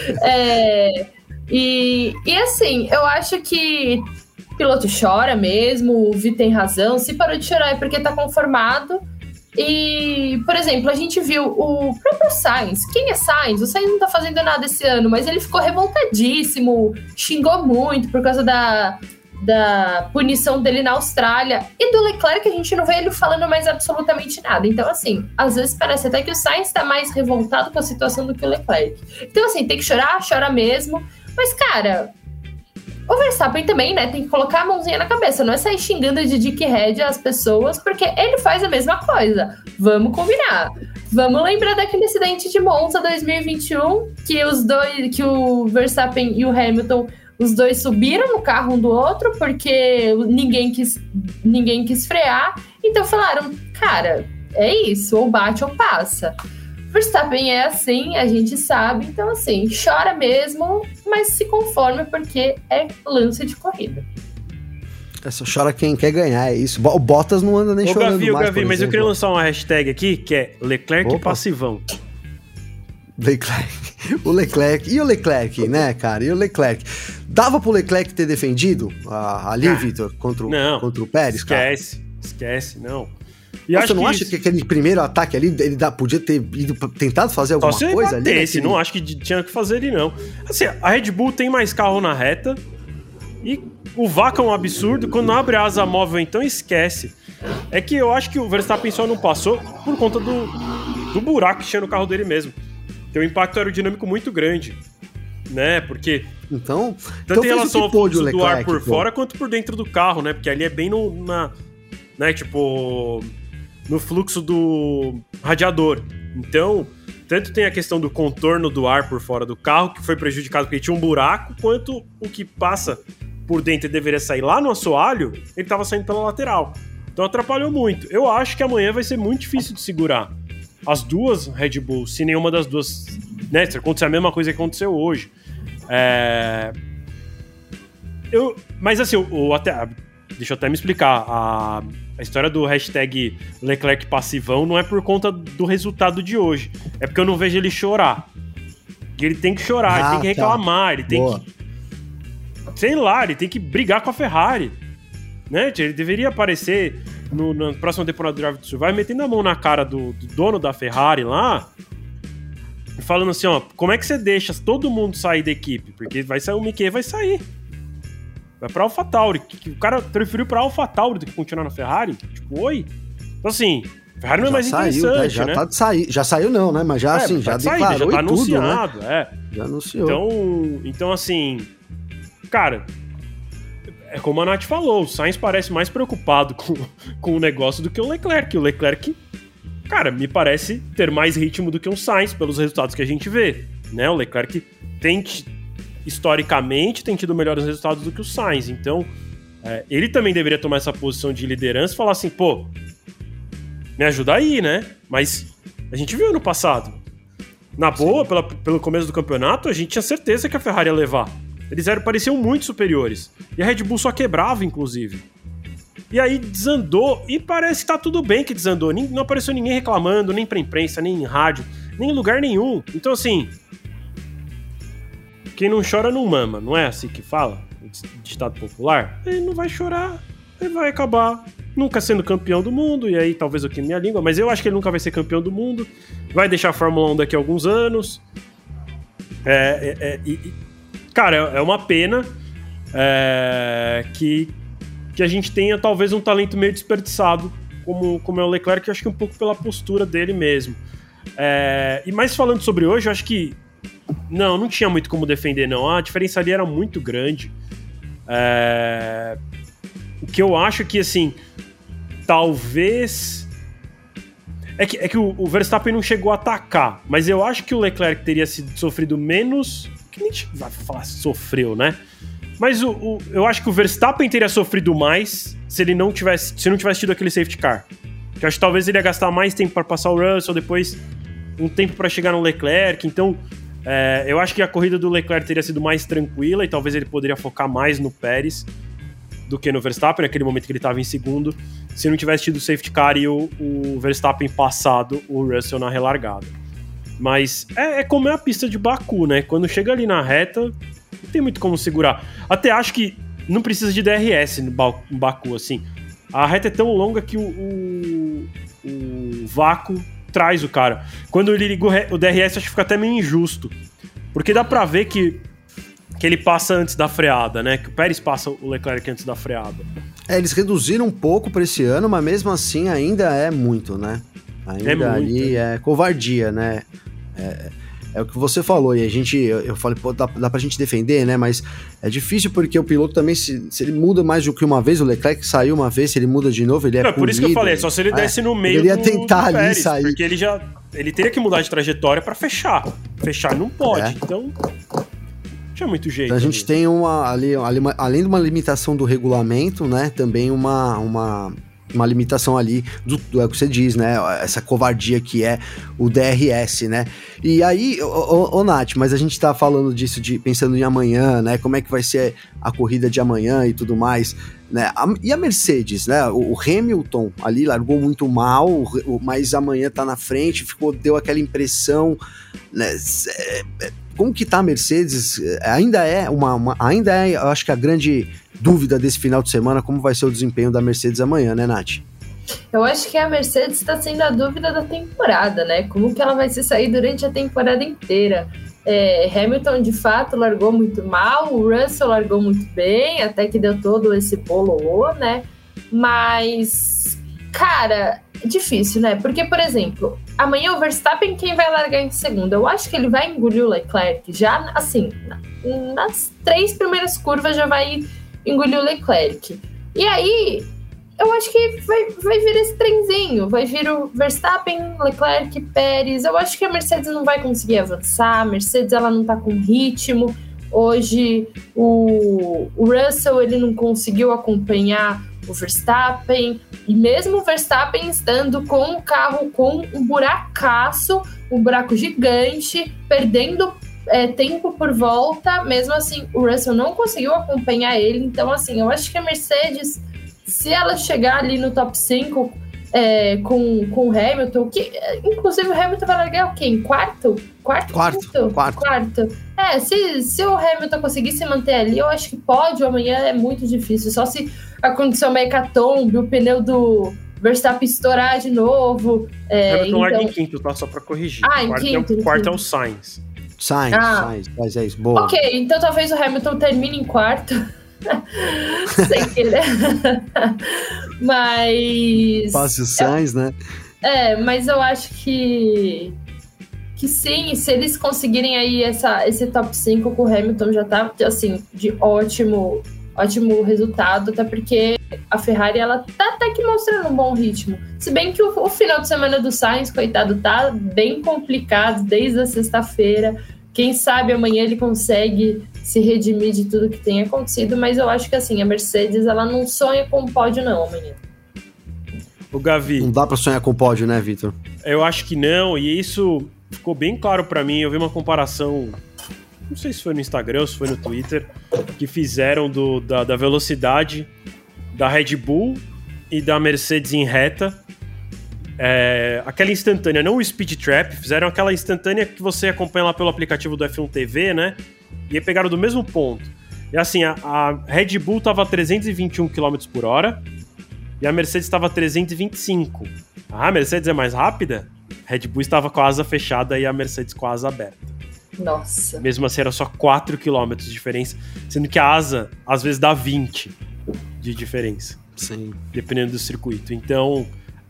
E assim, eu acho que o piloto chora mesmo, o Vi tem razão. Se parou de chorar é porque tá conformado. E, por exemplo, a gente viu o próprio Sainz. Quem é Sainz? O Sainz não tá fazendo nada esse ano, mas ele ficou revoltadíssimo, xingou muito por causa da punição dele na Austrália. E do Leclerc a gente não vê ele falando mais absolutamente nada. Então, assim, às vezes parece até que o Sainz tá mais revoltado com a situação do que o Leclerc. Então, assim, tem que chorar, chora mesmo. Mas, cara... O Verstappen também, né, tem que colocar a mãozinha na cabeça, não é sair xingando de dickhead as pessoas, porque ele faz a mesma coisa. Vamos combinar. Vamos lembrar daquele acidente de Monza 2021, que o Verstappen e o Hamilton, os dois subiram no carro um do outro, porque ninguém quis frear. Então falaram, cara, é isso, ou bate ou passa. Verstappen é assim, a gente sabe, então assim, chora mesmo, mas se conforma porque é lance de corrida. Só chora quem quer ganhar, é isso. O Bottas não anda nem chorando mais, Gavi, mas eu queria lançar uma hashtag aqui, que é Leclerc passivão. O Leclerc, né, cara? E o Leclerc? Dava pro Leclerc ter defendido ali, Vitor, contra o Pérez, Esquece, não. E você não acha que aquele primeiro ataque ali, ele podia ter tentado fazer alguma coisa ali? Esse, não acho que tinha que fazer ele, não. Assim, a Red Bull tem mais carro na reta e o vácuo é um absurdo. Quando abre a asa móvel, então esquece. É que eu acho que o Verstappen só não passou por conta do buraco que tinha no carro dele mesmo. Tem um impacto aerodinâmico muito grande, né? Porque tanto em relação ao fluxo do ar por fora quanto por dentro do carro, né? Porque ali é bem né, tipo, no fluxo do radiador. Então, tanto tem a questão do contorno do ar por fora do carro, que foi prejudicado porque tinha um buraco, quanto o que passa por dentro e deveria sair lá no assoalho, ele estava saindo pela lateral. Então atrapalhou muito. Eu acho que amanhã vai ser muito difícil de segurar. As duas Red Bull, se nenhuma das duas, né, se acontecer a mesma coisa que aconteceu hoje. Mas assim, deixa eu até me explicar. A história do hashtag Leclerc passivão não é por conta do resultado de hoje. É porque eu não vejo ele chorar. Ele tem que chorar, ele tem que reclamar, ele tem que... Sei lá, ele tem que brigar com a Ferrari. Né? Ele deveria aparecer na próxima temporada do Drive to Survive metendo a mão na cara do dono da Ferrari lá e falando assim, ó, como é que você deixa todo mundo sair da equipe? Porque vai sair o Mickey, vai sair. Vai pra AlphaTauri. O cara preferiu pra AlphaTauri do que continuar na Ferrari? Tipo, oi? Então assim, a Ferrari não é mais interessante, né? Já saiu não, né? Mas já assim, já declarou já tá tudo, anunciado, né? Já anunciou. Então assim, cara, é como a Nath falou, o Sainz parece mais preocupado com o negócio do que o Leclerc. O Leclerc, cara, me parece ter mais ritmo do que o Sainz pelos resultados que a gente vê, né? O Leclerc historicamente tem tido melhores resultados do que o Sainz, então ele também deveria tomar essa posição de liderança e falar assim, pô, me ajuda aí, né? Mas a gente viu no passado, na boa, pelo começo do campeonato, a gente tinha certeza que a Ferrari ia levar. Eles pareciam muito superiores. E a Red Bull só quebrava, inclusive. E aí desandou, e parece que tá tudo bem que desandou. Não apareceu ninguém reclamando, nem pra imprensa, nem em rádio, nem em lugar nenhum. Então, assim, quem não chora não mama, não é assim que fala? O ditado popular? Ele não vai chorar, ele vai acabar nunca sendo campeão do mundo, e aí talvez eu queime minha língua, mas eu acho que ele nunca vai ser campeão do mundo, vai deixar a Fórmula 1 daqui a alguns anos. Cara, é uma pena que a gente tenha talvez um talento meio desperdiçado como é o Leclerc, que eu acho que um pouco pela postura dele mesmo. E mais falando sobre hoje, eu acho que não tinha muito como defender, não. A diferença ali era muito grande. O que eu acho que, assim, talvez... É que o Verstappen não chegou a atacar, mas eu acho que o Leclerc teria sofrido menos... Que nem vai falar sofreu, né? Mas eu acho que o Verstappen teria sofrido mais se não tivesse tido aquele safety car. Que eu acho que talvez ele ia gastar mais tempo para passar o Russell, depois um tempo para chegar no Leclerc. Então, eu acho que a corrida do Leclerc teria sido mais tranquila e talvez ele poderia focar mais no Pérez do que no Verstappen, naquele momento que ele estava em segundo, se não tivesse tido o safety car e o Verstappen passado o Russell na relargada. Mas como é a pista de Baku, né? Quando chega ali na reta, não tem muito como segurar. Até acho que não precisa de DRS no Baku, assim. A reta é tão longa que o vácuo traz o cara. Quando ele liga o DRS, acho que fica até meio injusto. Porque dá pra ver que ele passa antes da freada, né? Que o Pérez passa o Leclerc antes da freada. Eles reduziram um pouco pra esse ano, mas mesmo assim ainda é muito, né? Ainda ali é covardia, né? É o que você falou, e eu falei, pô, dá pra gente defender, né? Mas é difícil porque o piloto também, se ele muda mais do que uma vez, o Leclerc saiu uma vez, se ele muda de novo, ele é punido. Por isso que eu falei, só se ele desse no meio do tentar Pérez, ali sair. Porque ele teria que mudar de trajetória pra fechar. Fechar não pode, então... Tinha muito jeito. Então a gente tem além de uma limitação do regulamento, né? Também uma limitação ali do que você diz, né? Essa covardia que é o DRS, né? E aí, Nath, mas a gente tá falando disso, pensando em amanhã, né? Como é que vai ser a corrida de amanhã e tudo mais, né? E a Mercedes, né? O Hamilton ali largou muito mal, mas amanhã tá na frente, deu aquela impressão, né? Como que tá a Mercedes? Ainda é, eu acho que a grande dúvida desse final de semana, como vai ser o desempenho da Mercedes amanhã, né, Nath? Eu acho que a Mercedes está sendo a dúvida da temporada, né? Como que ela vai se sair durante a temporada inteira? Hamilton, de fato, largou muito mal, o Russell largou muito bem, até que deu todo esse bololô, né? Mas, cara, é difícil, né? Porque, por exemplo, amanhã o Verstappen, quem vai largar em segundo? Eu acho que ele vai engolir o Leclerc já, assim, nas 3 primeiras curvas já vai engolir o Leclerc. E aí, eu acho que vai vir esse trenzinho, vai vir o Verstappen, Leclerc, Pérez. Eu acho que a Mercedes não vai conseguir avançar, a Mercedes ela não tá com ritmo. Hoje, o Russell ele não conseguiu acompanhar o Verstappen, e mesmo o Verstappen estando com o carro com um buracaço, um buraco gigante, perdendo tempo por volta, mesmo assim, o Russell não conseguiu acompanhar ele. Então, assim, eu acho que a Mercedes, se ela chegar ali no top 5 com o Hamilton, que inclusive o Hamilton vai largar o quê? Em quarto? Quarto. Se o Hamilton conseguir se manter ali, eu acho que pódio amanhã é muito difícil. Só se acontecer uma hecatombe, o pneu do Verstappen estourar de novo. Hamilton larga em quinto, tá? Só pra corrigir. Em quarto é o Sainz. Sainz, mas é isso, boa. Ok, então talvez o Hamilton termine em quarto. Sem querer. Mas... Passe o Sainz, né? Mas eu acho que sim, se eles conseguirem aí esse top 5 com o Hamilton, já tá, assim, de ótimo resultado, até porque a Ferrari, ela tá até que mostrando um bom ritmo. Se bem que o final de semana do Sainz, coitado, tá bem complicado desde a sexta-feira. Quem sabe amanhã ele consegue se redimir de tudo que tem acontecido, mas eu acho que, assim, a Mercedes, ela não sonha com o pódio não amanhã. O Gavi... Não dá pra sonhar com o pódio, né, Vitor? Eu acho que não, e isso ficou bem claro pra mim. Eu vi uma comparação, não sei se foi no Instagram ou se foi no Twitter, que fizeram da velocidade da Red Bull e da Mercedes em reta. Aquela instantânea, não o Speed Trap, fizeram aquela instantânea que você acompanha lá pelo aplicativo do F1 TV, né? E aí pegaram do mesmo ponto. E assim, a Red Bull tava a 321 km por hora e a Mercedes estava a 325. A Mercedes é mais rápida? A Red Bull estava com a asa fechada e a Mercedes com a asa aberta. Nossa. Mesmo assim, era só 4 km de diferença, sendo que a asa, às vezes, dá 20 de diferença. Sim. Dependendo do circuito. Então,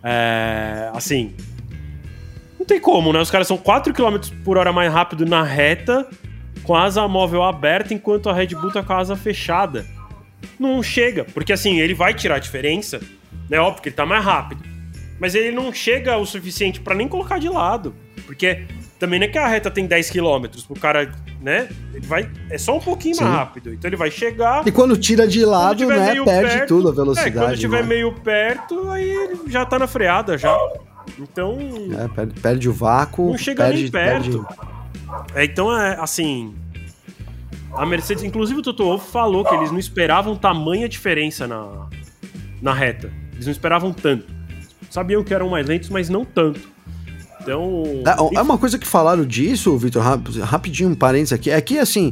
assim, não tem como, né? Os caras são 4 km por hora mais rápido na reta, com a asa móvel aberta, enquanto a Red Bull tá com a asa fechada. Não chega, porque assim, ele vai tirar a diferença, né? Óbvio que ele tá mais rápido, mas ele não chega o suficiente pra nem colocar de lado, porque também não é que a reta tem 10 km, o cara, né? Ele vai, é só um pouquinho mais rápido, então ele vai chegar... E quando tira de lado, né, perde tudo a velocidade. Quando estiver meio perto, aí ele já tá na freada, já. Então... perde o vácuo. Não chega nem perto. Então, assim... A Mercedes, inclusive o Toto Wolff falou que eles não esperavam tamanha diferença na reta. Eles não esperavam tanto. Sabiam que eram mais lentos, mas não tanto. Então... É uma coisa que falaram disso, Vitor, rapidinho, um parênteses aqui. É que, assim,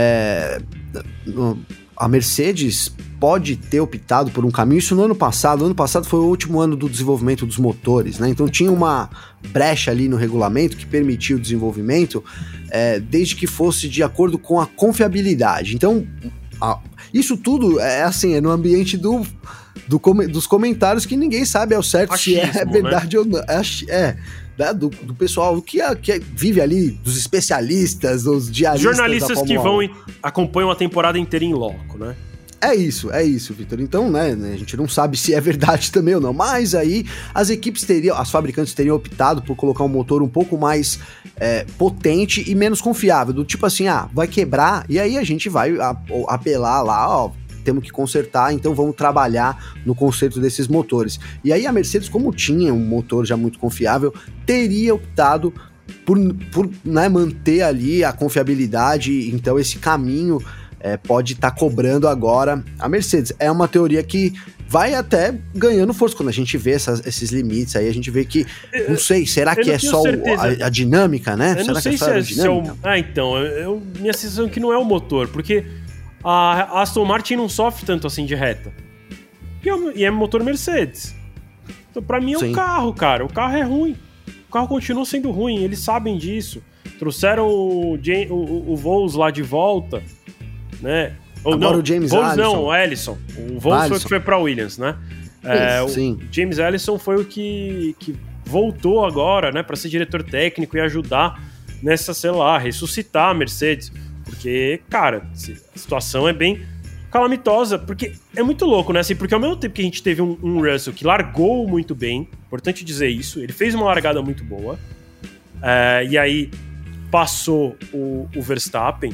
a Mercedes pode ter optado por um caminho, isso no ano passado. O ano passado foi o último ano do desenvolvimento dos motores, né? Então tinha uma brecha ali no regulamento que permitia o desenvolvimento, desde que fosse de acordo com a confiabilidade. Então, isso tudo é no ambiente dos comentários que ninguém sabe ao certo achismo, se é verdade, né? Ou não. Do pessoal que vive ali, dos especialistas, dos diaristas. Jornalistas que vão e acompanham a temporada inteira em loco, né? É isso, Vitor. Então, né, a gente não sabe se é verdade também ou não, mas aí as fabricantes teriam optado por colocar um motor um pouco mais potente e menos confiável, do tipo assim, vai quebrar, e aí a gente vai apelar lá, temos que consertar, então vamos trabalhar no conserto desses motores. E aí a Mercedes, como tinha um motor já muito confiável, teria optado por manter ali a confiabilidade, então esse caminho pode estar cobrando agora a Mercedes. É uma teoria que vai até ganhando força quando a gente vê esses limites aí, a gente vê que, não sei, será que é só a dinâmica, né? Eu será não sei que se é dinâmica? Então, minha sensação é que não é o motor, porque a Aston Martin não sofre tanto assim de reta. E é motor Mercedes. Então, pra mim é um carro, cara. O carro é ruim. O carro continua sendo ruim, eles sabem disso. Trouxeram o Vols lá de volta, né? Agora o James Vols Allison. Não, o Ellison. O Vols foi o que foi pra Williams, né? Sim. O James Allison foi o que voltou agora, né? Pra ser diretor técnico e ajudar nessa, sei lá, ressuscitar a Mercedes. Porque, cara, a situação é bem calamitosa, porque é muito louco, né? Assim, porque ao mesmo tempo que a gente teve um Russell que largou muito bem, importante dizer isso, ele fez uma largada muito boa, e aí passou o Verstappen,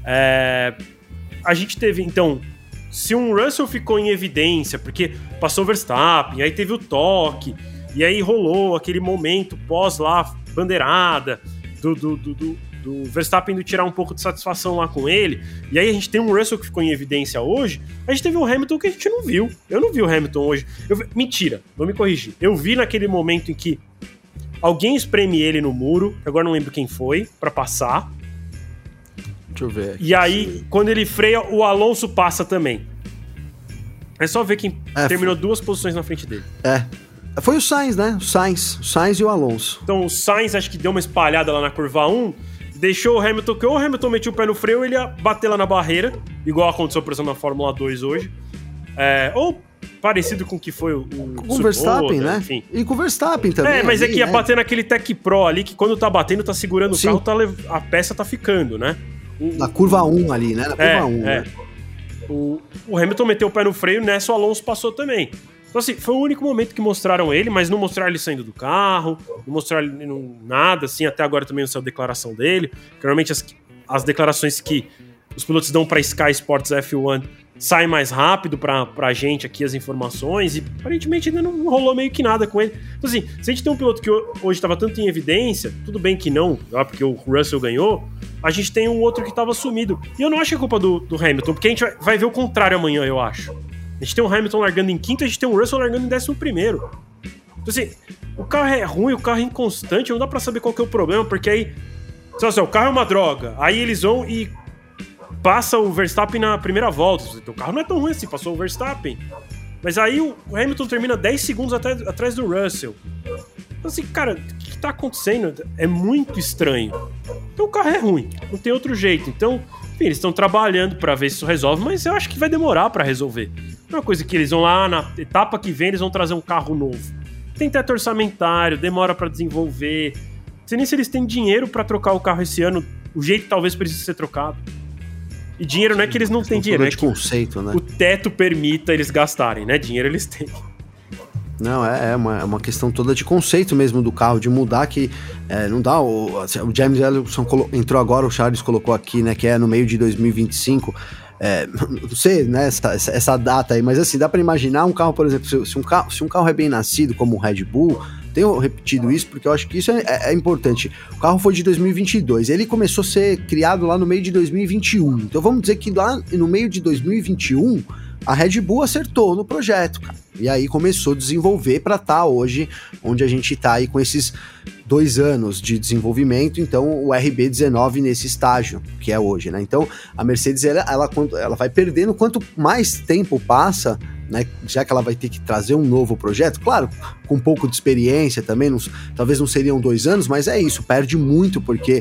a gente teve, então, se um Russell ficou em evidência, porque passou o Verstappen, aí teve o toque, e aí rolou aquele momento pós lá, bandeirada, Verstappen indo tirar um pouco de satisfação lá com ele, e aí a gente tem um Russell que ficou em evidência hoje, a gente teve um Hamilton que a gente não viu. Eu não vi o Hamilton hoje. Mentira, vou me corrigir. Eu vi naquele momento em que alguém espreme ele no muro, agora não lembro quem foi, pra passar. Deixa eu ver aqui. E aí, quando ele freia, o Alonso passa também. É só ver quem terminou 2 posições na frente dele. Foi o Sainz, né? O Sainz e o Alonso. Então o Sainz acho que deu uma espalhada lá na curva 1, deixou o Hamilton, que ou o Hamilton metia o pé no freio, ele ia bater lá na barreira, igual aconteceu, por exemplo, na Fórmula 2 hoje. Ou parecido com o que foi o Verstappen, né? Enfim. E com o Verstappen também. Mas é que ia bater naquele Tech Pro ali, que quando tá batendo, tá segurando Sim. o carro, a peça tá ficando, né? Na curva 1 ali, né? Na curva 1. Né? O Hamilton meteu o pé no freio, nessa o Alonso passou também. Então, assim, foi o único momento que mostraram ele, mas não mostraram ele saindo do carro, não mostraram ele nada, assim, até agora também não saiu a declaração dele. Normalmente as declarações que os pilotos dão pra Sky Sports F1 saem mais rápido pra gente aqui as informações, e aparentemente ainda não rolou meio que nada com ele. Então, assim, se a gente tem um piloto que hoje estava tanto em evidência, tudo bem que não, porque o Russell ganhou, a gente tem um outro que estava sumido. E eu não acho que é culpa do Hamilton, porque a gente vai ver o contrário amanhã, eu acho. A gente tem o Hamilton largando em quinto, a gente tem o Russell largando em 11º. Então, assim, o carro é ruim, o carro é inconstante, não dá pra saber qual que é o problema, porque aí, assim, o carro é uma droga, aí eles vão e passa o Verstappen na primeira volta. O carro não é tão ruim assim, passou o Verstappen. Mas aí o Hamilton termina 10 segundos atrás do Russell. Então, assim, cara, o que tá acontecendo? É muito estranho. Então o carro é ruim, não tem outro jeito. Então, enfim, eles estão trabalhando pra ver se isso resolve, mas eu acho que vai demorar pra resolver. Não é uma coisa que eles vão lá, na etapa que vem, eles vão trazer um carro novo. Tem teto orçamentário, demora pra desenvolver. Não sei nem se eles têm dinheiro pra trocar o carro esse ano, o jeito que talvez precise ser trocado. E dinheiro não é que eles não têm dinheiro, é que conceito, né? O teto permita eles gastarem, né? Dinheiro eles têm. Não, é uma questão toda de conceito mesmo do carro, de mudar que não dá. O James Ellison entrou agora, o Charles colocou aqui, né, que é no meio de 2025. Não sei, né, essa data aí, mas assim, dá pra imaginar um carro, por exemplo, se um carro é bem nascido, como o Red Bull. Tenho repetido isso porque eu acho que isso é importante. O carro foi de 2022, ele começou a ser criado lá no meio de 2021. Então vamos dizer que lá no meio de 2021 a Red Bull acertou no projeto, cara. E aí começou a desenvolver para estar hoje onde a gente tá aí com esses 2 anos de desenvolvimento, então o RB19 nesse estágio que é hoje, né? Então a Mercedes ela vai perdendo quanto mais tempo passa, né, já que ela vai ter que trazer um novo projeto, claro, com um pouco de experiência também, talvez não seriam 2 anos, mas é isso, perde muito, porque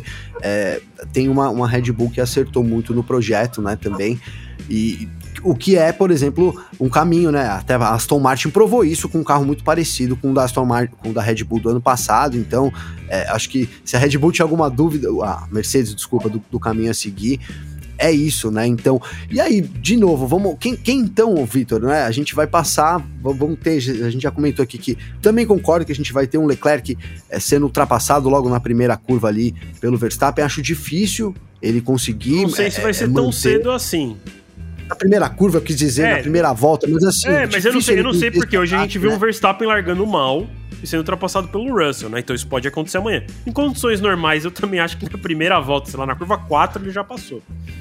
tem uma Red Bull que acertou muito no projeto, né, também, e o que é, por exemplo, um caminho, né, até a Aston Martin provou isso com um carro muito parecido com o da Aston Martin, com o da Red Bull do ano passado, então, acho que se a Red Bull tinha alguma dúvida, a Mercedes, desculpa, do caminho a seguir, é isso, né? Então, e aí, de novo, quem então, Vitor, né? A gente vai passar, vamos ter, a gente já comentou aqui que também concordo que a gente vai ter um Leclerc sendo ultrapassado logo na primeira curva ali pelo Verstappen. Acho difícil ele conseguir. Não sei se vai ser tão cedo assim. Na primeira curva, eu quis dizer, na primeira volta, mas assim. Mas eu não sei porque hoje a gente viu um Verstappen largando mal e sendo ultrapassado pelo Russell, né? Então isso pode acontecer amanhã. Em condições normais, eu também acho que na primeira volta, sei lá, na curva 4 ele já passou.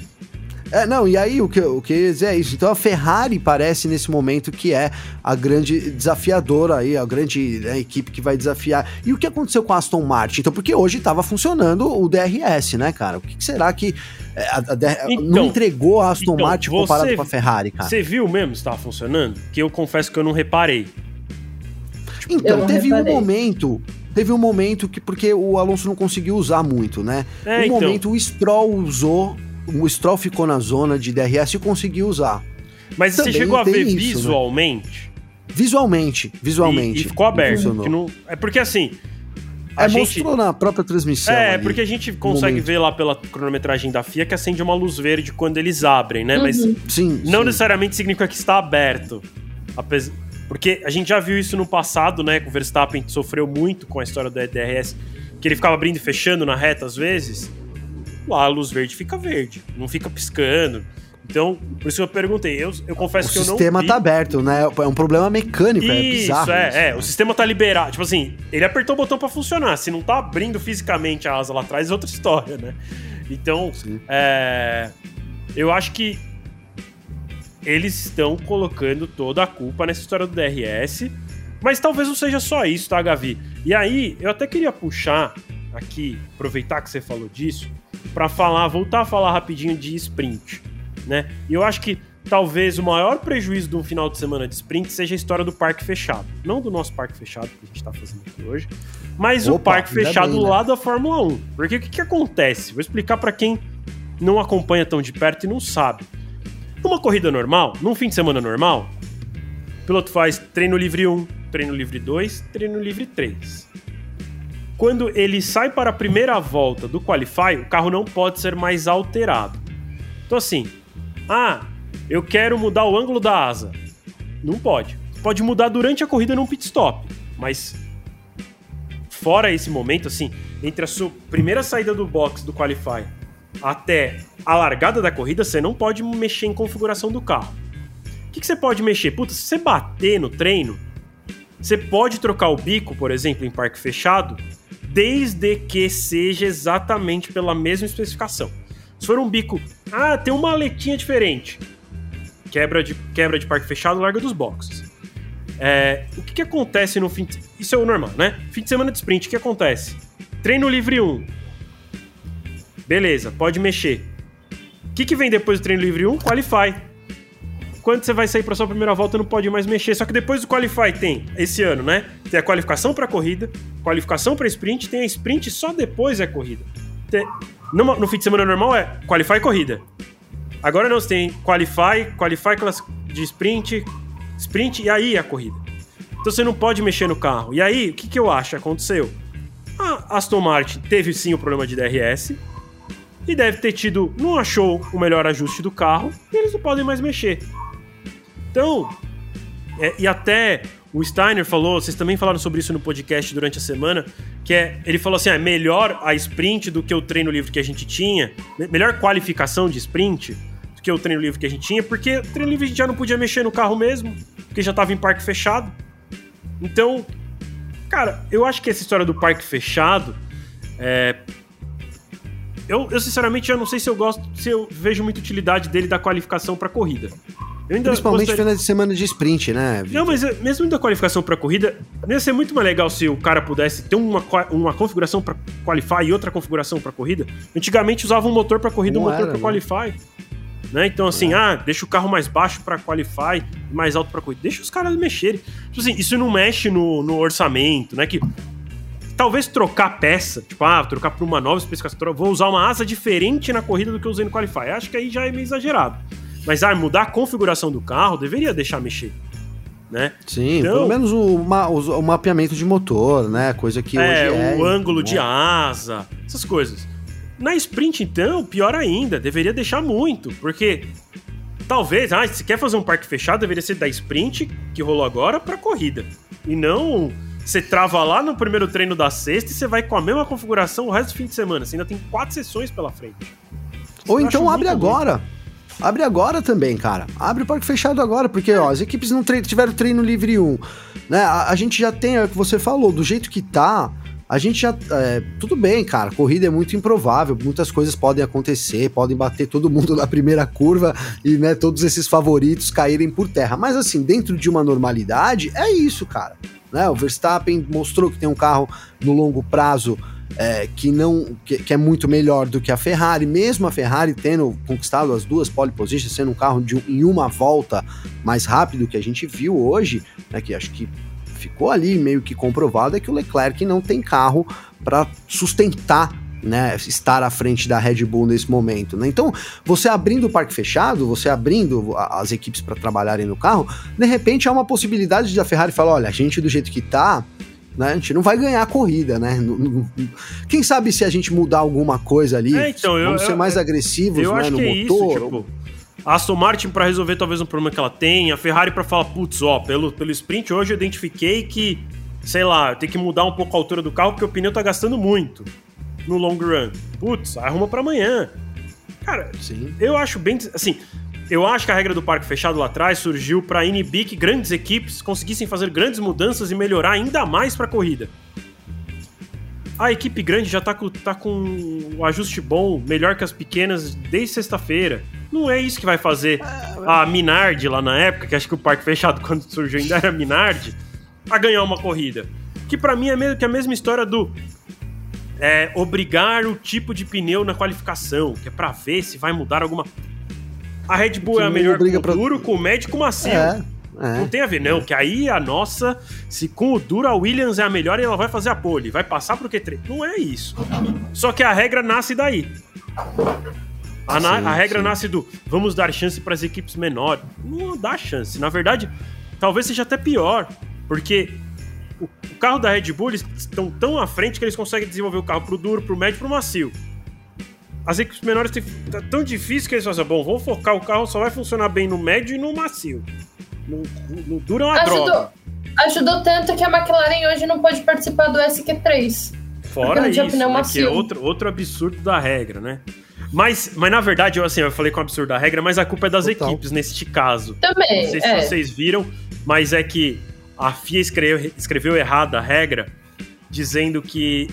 Não, e aí o que eu queria dizer é isso. Então a Ferrari parece nesse momento que é a grande desafiadora aí, a grande equipe que vai desafiar. E o que aconteceu com a Aston Martin? Então, porque hoje estava funcionando o DRS, né, cara? O que será que não entregou a Aston Martin comparado com a Ferrari, cara? Você viu mesmo se estava funcionando? Que eu confesso que eu não reparei. Então, teve um momento que, porque o Alonso não conseguiu usar muito, né? Momento o Stroll usou. O Stroll ficou na zona de DRS e conseguiu usar. Mas também você chegou a ver isso, visualmente? Né? Visualmente. E ficou aberto. É porque assim... mostrou na própria transmissão. Porque a gente consegue ver lá pela cronometragem da FIA que acende uma luz verde quando eles abrem, né? Mas não necessariamente significa que está aberto. Porque a gente já viu isso no passado, né? Que o Verstappen sofreu muito com a história do DRS, que ele ficava abrindo e fechando na reta às vezes. Lá a luz verde fica verde, não fica piscando, Então, por isso que eu perguntei. Eu confesso que eu não vi. O sistema tá aberto, né? É um problema mecânico, é bizarro. O sistema tá liberado. Tipo assim, ele apertou o botão pra funcionar. Se não tá abrindo fisicamente a asa lá atrás, é outra história, né? Então, eu acho que eles estão colocando toda a culpa nessa história do DRS, mas talvez não seja só isso, tá, Gavi? E aí, eu até queria puxar aqui, aproveitar que você falou disso, pra voltar a falar rapidinho de sprint, né? E eu acho que talvez o maior prejuízo de um final de semana de sprint seja a história do parque fechado. Não do nosso parque fechado, que a gente tá fazendo aqui hoje, mas o parque fechado do lado da Fórmula 1. Porque o que acontece? Vou explicar pra quem não acompanha tão de perto e não sabe. Numa corrida normal, num fim de semana normal, o piloto faz treino livre 1, treino livre 2, treino livre 3. Quando ele sai para a primeira volta do Qualify, o carro não pode ser mais alterado. Então assim, eu quero mudar o ângulo da asa. Não pode. Pode mudar durante a corrida num pit stop, mas fora esse momento, assim, entre a sua primeira saída do box do Qualify até a largada da corrida, você não pode mexer em configuração do carro. O que você pode mexer? Puta, se você bater no treino, você pode trocar o bico, por exemplo, em parque fechado, desde que seja exatamente pela mesma especificação. Se for um bico, tem uma aletinha diferente, quebra de parque fechado, larga dos boxes. O que acontece no fim de... Isso é o normal, né? Fim de semana de sprint, o que acontece? Treino livre 1. Beleza, pode mexer. O que vem depois do treino livre 1? Qualify. Quando você vai sair para sua primeira volta, não pode mais mexer. Só que depois do Qualify tem, esse ano, né? Tem a qualificação para corrida, qualificação para sprint, tem a sprint, só depois é a corrida. No fim de semana normal é Qualify e corrida. Agora não, você tem Qualify de sprint e aí a corrida. Então você não pode mexer no carro. E aí, o que eu acho que aconteceu? A Aston Martin teve sim o problema de DRS, e deve ter tido, não achou o melhor ajuste do carro, e eles não podem mais mexer. Então, e até o Steiner falou, vocês também falaram sobre isso no podcast durante a semana, que ele falou assim, melhor a sprint do que o treino livre que a gente tinha, melhor qualificação de sprint do que o treino livre que a gente tinha, porque o treino livre a gente já não podia mexer no carro mesmo, porque já estava em parque fechado. Então, cara, eu acho que essa história do parque fechado, eu sinceramente já não sei se eu vejo muita utilidade dele da qualificação para corrida. Principalmente final de semana de sprint, né, Victor? Não, mas mesmo da qualificação para corrida, ia ser muito mais legal se o cara pudesse ter uma configuração para Qualify e outra configuração para corrida. Antigamente usava um motor para corrida e um motor para Qualify. Né? Então, assim, deixa o carro mais baixo para Qualify e mais alto para corrida. Deixa os caras mexerem. Tipo assim, isso não mexe no orçamento, né? Que talvez trocar peça, tipo, trocar por uma nova especificação, vou usar uma asa diferente na corrida do que eu usei no Qualify. Acho que aí já é meio exagerado. Mas mudar a configuração do carro deveria deixar mexer, né? Sim, então, pelo menos o mapeamento de motor, né? Coisa que hoje o ângulo de asa, essas coisas. Na sprint, então, pior ainda, deveria deixar muito, porque talvez, se quer fazer um parque fechado, deveria ser da sprint, que rolou agora, pra corrida. E não você trava lá no primeiro treino da sexta e você vai com a mesma configuração o resto do fim de semana. Você ainda tem 4 sessões pela frente. Ou então abre agora. Abre agora também, cara. Abre o parque fechado agora, porque as equipes não tiveram treino livre 1. Né? A gente já tem, é o que você falou, do jeito que tá, a gente já... tudo bem, cara, corrida é muito improvável, muitas coisas podem acontecer, podem bater todo mundo na primeira curva e, né, todos esses favoritos caírem por terra. Mas assim, dentro de uma normalidade, é isso, cara. Né? O Verstappen mostrou que tem um carro no longo prazo que é muito melhor do que a Ferrari, mesmo a Ferrari tendo conquistado as 2 pole positions, sendo um carro em uma volta mais rápido que a gente viu hoje, né, que acho que ficou ali meio que comprovado, é que o Leclerc não tem carro para sustentar, né, estar à frente da Red Bull nesse momento, né? Então, você abrindo o parque fechado, você abrindo as equipes para trabalharem no carro, de repente há uma possibilidade de a Ferrari falar, olha, a gente do jeito que tá, né, a gente não vai ganhar a corrida, né? Quem sabe se a gente mudar alguma coisa ali, vamos ser mais agressivos, eu né, acho no que motor. É isso, tipo, a Aston Martin para resolver talvez um problema que ela tem, a Ferrari para falar, putz, pelo sprint hoje eu identifiquei que, sei lá, eu tenho que mudar um pouco a altura do carro porque o pneu tá gastando muito no long run. Putz, arruma para amanhã. Cara, sim, eu acho bem, assim, Eu acho que a regra do parque fechado lá atrás surgiu para inibir que grandes equipes conseguissem fazer grandes mudanças e melhorar ainda mais para a corrida. A equipe grande já tá com o ajuste bom, melhor que as pequenas desde sexta-feira. Não é isso que vai fazer a Minardi lá na época, que acho que o parque fechado quando surgiu ainda era Minardi, a ganhar uma corrida. Que pra mim é meio que a mesma história do obrigar o tipo de pneu na qualificação, que é pra ver se vai mudar alguma... A Red Bull é a melhor com o duro, com o médio e com o macio. Não tem a ver, não, que aí a nossa, se com o duro a Williams é a melhor e ela vai fazer a pole, vai passar pro Q3. Não é isso. Só que a regra nasce daí. A regra nasce do vamos dar chance para as equipes menores. Não dá chance. Na verdade, talvez seja até pior, porque o carro da Red Bull, eles estão tão à frente que eles conseguem desenvolver o carro pro duro, pro médio e pro macio. As equipes menores tá tão difícil que eles fazem, bom, vamos focar, o carro só vai funcionar bem no médio e no macio. No duro é uma droga. Ajudou tanto que a McLaren hoje não pode participar do SQ3. Fora isso, né, que é outro absurdo da regra, né? Mas na verdade, eu falei com o absurdo da regra, mas a culpa é das equipes neste caso. Também, não sei se vocês viram, mas é que a FIA escreveu errado a regra, dizendo que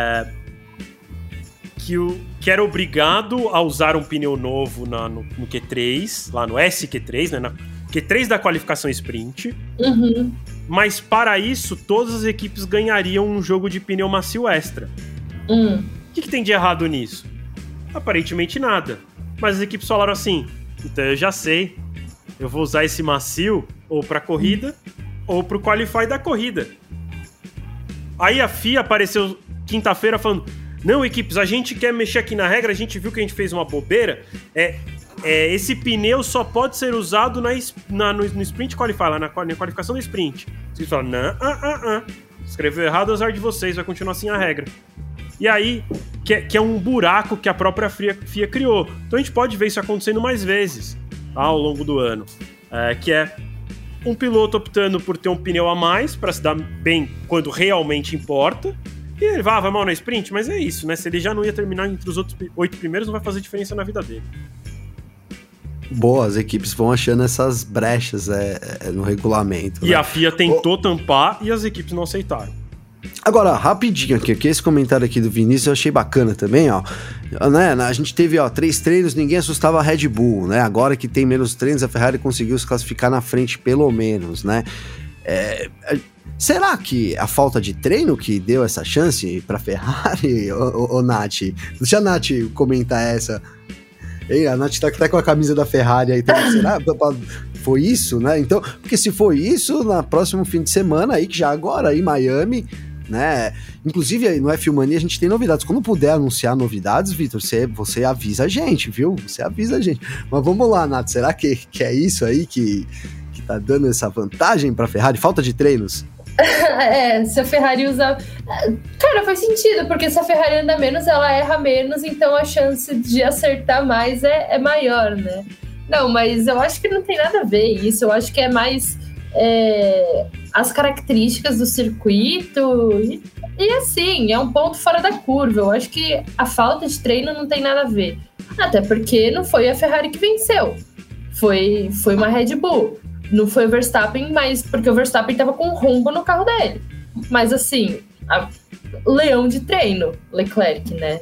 era obrigado a usar um pneu novo no Q3, lá no SQ3, né, na Q3 da qualificação sprint, mas para isso todas as equipes ganhariam um jogo de pneu macio extra. O que tem de errado nisso? Aparentemente nada, mas as equipes falaram assim, então eu já sei, eu vou usar esse macio ou para corrida ou para o qualify da corrida. Aí a FIA apareceu quinta-feira falando, não, equipes, a gente quer mexer aqui na regra, a gente viu que a gente fez uma bobeira, esse pneu só pode ser usado no sprint qualify, lá na qualificação do sprint. Vocês falam, não, escreveu errado, azar de vocês, vai continuar assim a regra. E aí, que é um buraco que a própria FIA criou. Então a gente pode ver isso acontecendo mais vezes, tá, ao longo do ano. Que é um piloto optando por ter um pneu a mais para se dar bem quando realmente importa. E ele vai mal na sprint, mas é isso, né? Se ele já não ia terminar entre os outros 8 primeiros, não vai fazer diferença na vida dele. Boa, as equipes vão achando essas brechas no regulamento. E né? A FIA tentou tampar e as equipes não aceitaram. Agora, rapidinho aqui, esse comentário aqui do Vinícius eu achei bacana também, ó. Né, a gente teve, 3 treinos, ninguém assustava a Red Bull, né? Agora que tem menos treinos, a Ferrari conseguiu se classificar na frente, pelo menos, né? Será que a falta de treino que deu essa chance pra Ferrari, ô Nath? Deixa a Nath comentar essa. Ei, a Nath tá até com a camisa da Ferrari aí, então, será? Foi isso, né? Então, porque se foi isso, na próximo fim de semana aí, que já agora aí, Miami, né? Inclusive aí no F1 Mania a gente tem novidades. Quando puder anunciar novidades, Vitor, você avisa a gente, viu? Você avisa a gente. Mas vamos lá, Nath, será que é isso aí que tá dando essa vantagem pra Ferrari? Falta de treinos? Se a Ferrari usa... Cara, faz sentido, porque se a Ferrari anda menos, ela erra menos, então a chance de acertar mais é maior, né? Não, mas eu acho que não tem nada a ver isso, eu acho que é mais as características do circuito e assim, é um ponto fora da curva. Eu acho que a falta de treino não tem nada a ver, até porque não foi a Ferrari que venceu, foi uma Red Bull. Não foi o Verstappen, mas porque o Verstappen tava com um rombo no carro dele. Mas assim, leão de treino, Leclerc, né?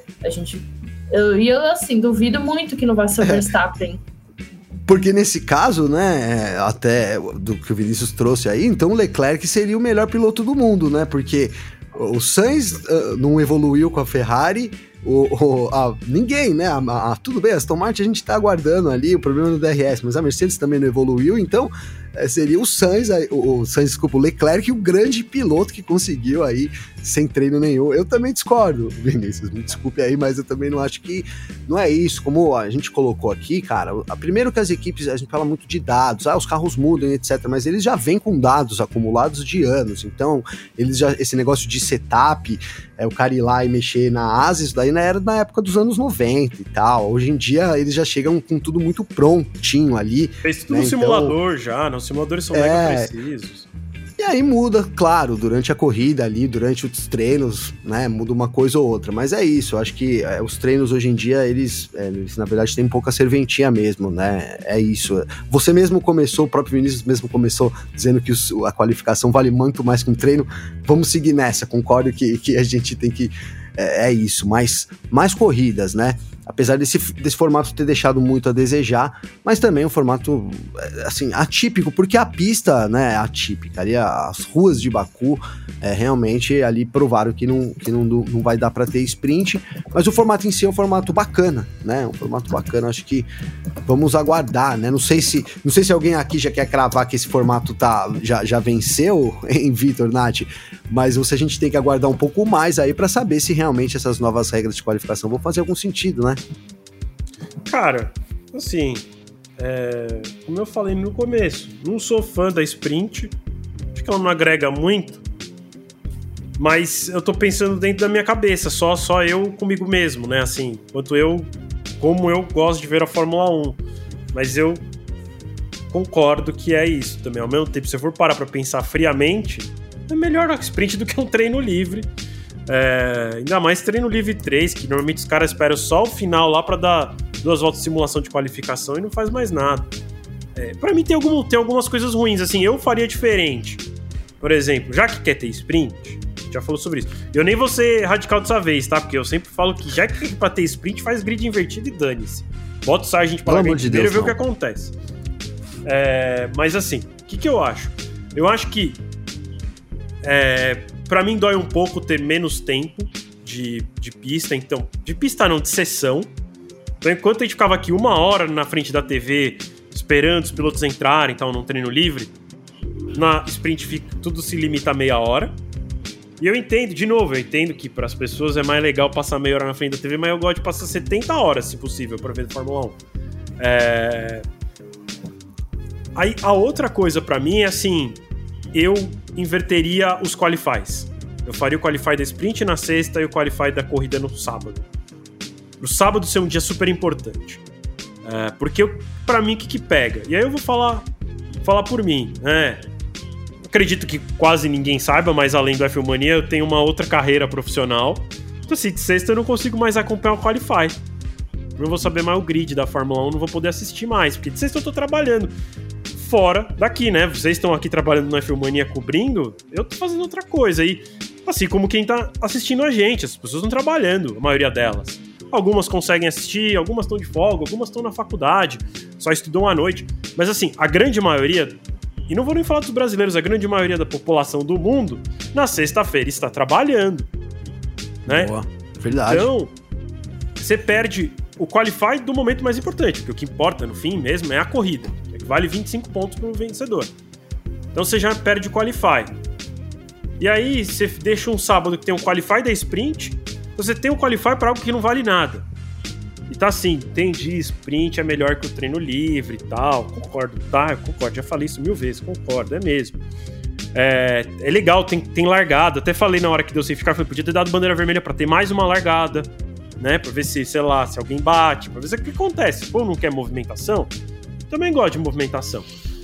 Eu assim, duvido muito que não vai ser o Verstappen. Porque nesse caso, né, até do que o Vinícius trouxe aí, então o Leclerc seria o melhor piloto do mundo, né? Porque o Sainz não evoluiu com a Ferrari, ninguém, né? Tudo bem, a Aston Martin a gente tá aguardando ali o problema do DRS, mas a Mercedes também não evoluiu, então seria o Sainz, desculpa, o Leclerc, o grande piloto que conseguiu aí sem treino nenhum. Eu também discordo, Vinícius, me desculpe aí, mas eu também não acho que não é isso, como a gente colocou aqui, cara. Primeiro que as equipes, a gente fala muito de dados, os carros mudam, etc, mas eles já vêm com dados acumulados de anos, então esse negócio de setup, o cara ir lá e mexer na asa, isso daí era na época dos anos 90 e tal. Hoje em dia eles já chegam com tudo muito prontinho ali. Fez tudo no simulador já, os simuladores são mega precisos. E aí muda, claro, durante a corrida ali, durante os treinos, né, muda uma coisa ou outra, mas é isso, eu acho que os treinos hoje em dia, eles na verdade têm pouca serventia mesmo, né, é isso. Você mesmo começou, o próprio Vinícius mesmo começou dizendo que a qualificação vale muito mais que um treino, vamos seguir nessa, concordo que a gente tem que, é isso, mais corridas, né, apesar desse formato ter deixado muito a desejar, mas também um formato, assim, atípico, porque a pista, né, é atípica, ali as ruas de Baku, realmente ali provaram que não vai dar para ter sprint, mas o formato em si é um formato bacana, né, acho que vamos aguardar, né, não sei se alguém aqui já quer cravar que esse formato já venceu, hein, Vitor, Nath, mas a gente tem que aguardar um pouco mais aí para saber se realmente essas novas regras de qualificação vão fazer algum sentido, né? Cara, assim, como eu falei no começo, não sou fã da sprint, acho que ela não agrega muito, mas eu tô pensando dentro da minha cabeça, só eu comigo mesmo, né, assim, como eu gosto de ver a Fórmula 1, mas eu concordo que é isso também, ao mesmo tempo, se eu for parar pra pensar friamente, é melhor a sprint do que um treino livre, ainda mais treino livre 3, que normalmente os caras esperam só o final lá pra dar 2 voltas de simulação de qualificação e não faz mais nada. Pra mim tem algumas coisas ruins, assim, eu faria diferente. Por exemplo, já que quer ter sprint, a gente já falou sobre isso, eu nem vou ser radical dessa vez, tá? Porque eu sempre falo que já que pra ter sprint, faz grid invertido e dane-se. Bota o Sargent para lá primeiro e vê o que acontece. Mas assim, o que eu acho? Eu acho que pra mim dói um pouco ter menos tempo de pista, então, de pista não, de sessão. Então, enquanto a gente ficava aqui 1 hora na frente da TV, esperando os pilotos entrarem, tal, num treino livre, na sprint tudo se limita a meia hora. E eu entendo que para as pessoas é mais legal passar meia hora na frente da TV, mas eu gosto de passar 70 horas, se possível, para ver Fórmula 1. Aí, a outra coisa para mim é assim, eu inverteria os qualifies. Eu faria o qualify da sprint na sexta e o qualify da corrida no sábado. O sábado ser um dia super importante. Porque, pra mim, o que pega? E aí eu vou falar por mim. Acredito que quase ninguém saiba, mas além do F1 Mania, eu tenho uma outra carreira profissional. Então, assim, de sexta eu não consigo mais acompanhar o qualify. Não vou saber mais o grid da Fórmula 1, não vou poder assistir mais, porque de sexta eu tô trabalhando fora daqui, né? Vocês estão aqui trabalhando no F1 Mania cobrindo, eu tô fazendo outra coisa. E, assim como quem tá assistindo a gente, as pessoas estão trabalhando, a maioria delas. Algumas conseguem assistir, algumas estão de folga, algumas estão na faculdade, só estudam à noite. Mas assim, a grande maioria, e não vou nem falar dos brasileiros, a grande maioria da população do mundo, na sexta-feira está trabalhando, né? Boa, verdade. Então, você perde o qualify do momento mais importante, porque o que importa no fim mesmo é a corrida, que vale 25 pontos para o vencedor. Então você já perde o qualify. E aí você deixa um sábado que tem um qualify da sprint, você tem um qualify para algo que não vale nada. E tá assim, entendi, sprint é melhor que o treino livre e tal, concordo, tá? Eu concordo, já falei isso 1000 vezes, concordo, é mesmo. É legal, tem largada, até falei na hora que deu sem ficar, podia ter dado bandeira vermelha para ter mais uma largada, né? Pra ver se, sei lá, se alguém bate, pra ver o que acontece. Pô, não quer movimentação? Também gosto de movimentação.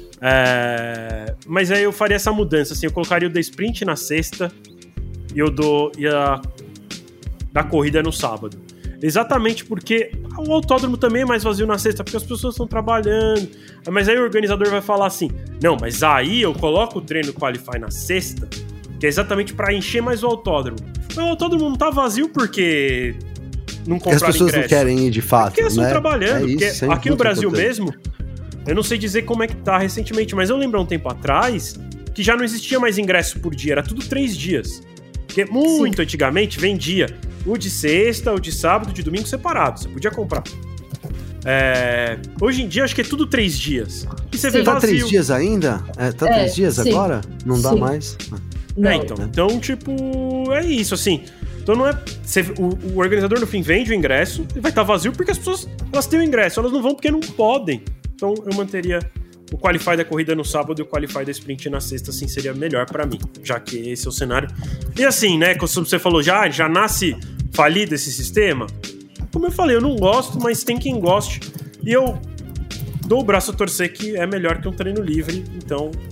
Mas aí eu faria essa mudança, assim, eu colocaria o da sprint na sexta e a da corrida no sábado. Exatamente porque o autódromo também é mais vazio na sexta, porque as pessoas estão trabalhando. Mas aí o organizador vai falar assim, não, mas aí eu coloco o treino Qualify na sexta, que é exatamente para encher mais o autódromo. Mas o autódromo não tá vazio porque não compraram ingresso. As pessoas não querem ir de fato, porque elas estão trabalhando. Isso, porque aqui no Brasil mesmo, eu não sei dizer como é que tá recentemente, mas eu lembro há um tempo atrás que já não existia mais ingresso por dia, era tudo 3 dias. Porque muito antigamente vendia o de sexta, o de sábado, o de domingo separado. Você podia comprar. Hoje em dia, acho que é tudo 3 dias. E você vê tá vazio. 3 dias ainda? Tá 3 dias agora? Não dá mais? Não. Então, tipo, é isso, assim. Então não é... O organizador, no fim, vende o ingresso e vai estar vazio porque as pessoas, elas têm o ingresso. Elas não vão porque não podem. Então, eu manteria o qualify da corrida no sábado e o qualify da sprint na sexta, assim, seria melhor pra mim, já que esse é o cenário. E assim, né, como você falou, já nasce falido esse sistema? Como eu falei, eu não gosto, mas tem quem goste. E eu dou o braço a torcer que é melhor que um treino livre, então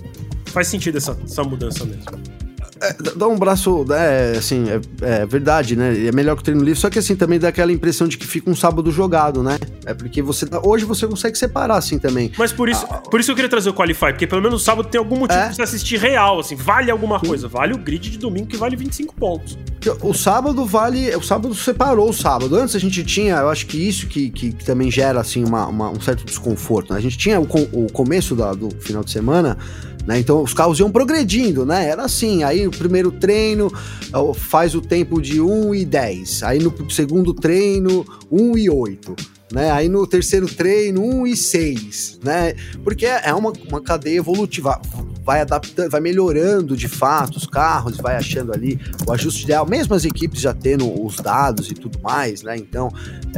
faz sentido essa mudança mesmo. Dá um braço, assim, é verdade, né? É melhor que o treino livre, só que assim, também dá aquela impressão de que fica um sábado jogado, né? É porque hoje você consegue separar assim também. Mas por isso eu queria trazer o Qualify, porque pelo menos o sábado tem algum motivo pra você assistir real, assim, vale alguma coisa, vale o grid de domingo que vale 25 pontos. O sábado separou o sábado. Antes a gente tinha, eu acho que isso que também gera, assim, um certo desconforto, né? A gente tinha o começo do final de semana, né? Então os carros iam progredindo, né? Era assim, aí o primeiro treino faz o tempo de 1:10, aí no segundo treino 1:08, né? Aí no terceiro treino 1:06, né? Porque é uma cadeia evolutiva, vai adaptando, vai melhorando de fato os carros, vai achando ali o ajuste ideal, mesmo as equipes já tendo os dados e tudo mais, né? Então,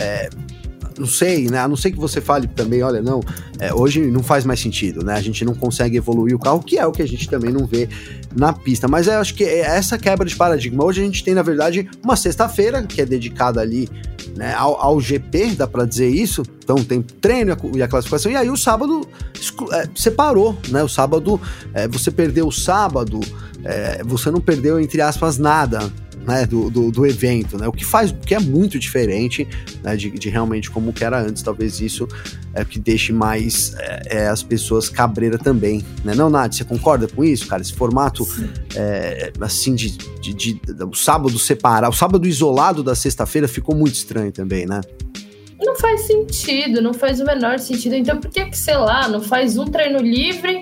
não sei, né? A não ser que você fale também, olha, não, hoje não faz mais sentido, né? A gente não consegue evoluir o carro, que é o que a gente também não vê na pista. Mas eu acho que é essa quebra de paradigma. Hoje a gente tem, na verdade, uma sexta-feira que é dedicada ali, né, ao GP, dá pra dizer isso. Então tem treino e a classificação, e aí o sábado separou, né? O sábado, você perdeu o sábado, você não perdeu, entre aspas, nada, né, do evento, né, o que é muito diferente, né, de realmente como que era antes. Talvez isso é que deixe mais as pessoas cabreira também, né? Não, Nath, você concorda com isso, cara? Esse formato assim de o sábado separar, o sábado isolado da sexta-feira ficou muito estranho também, né? Não faz sentido, não faz o menor sentido. Então por que, sei lá, não faz um treino livre,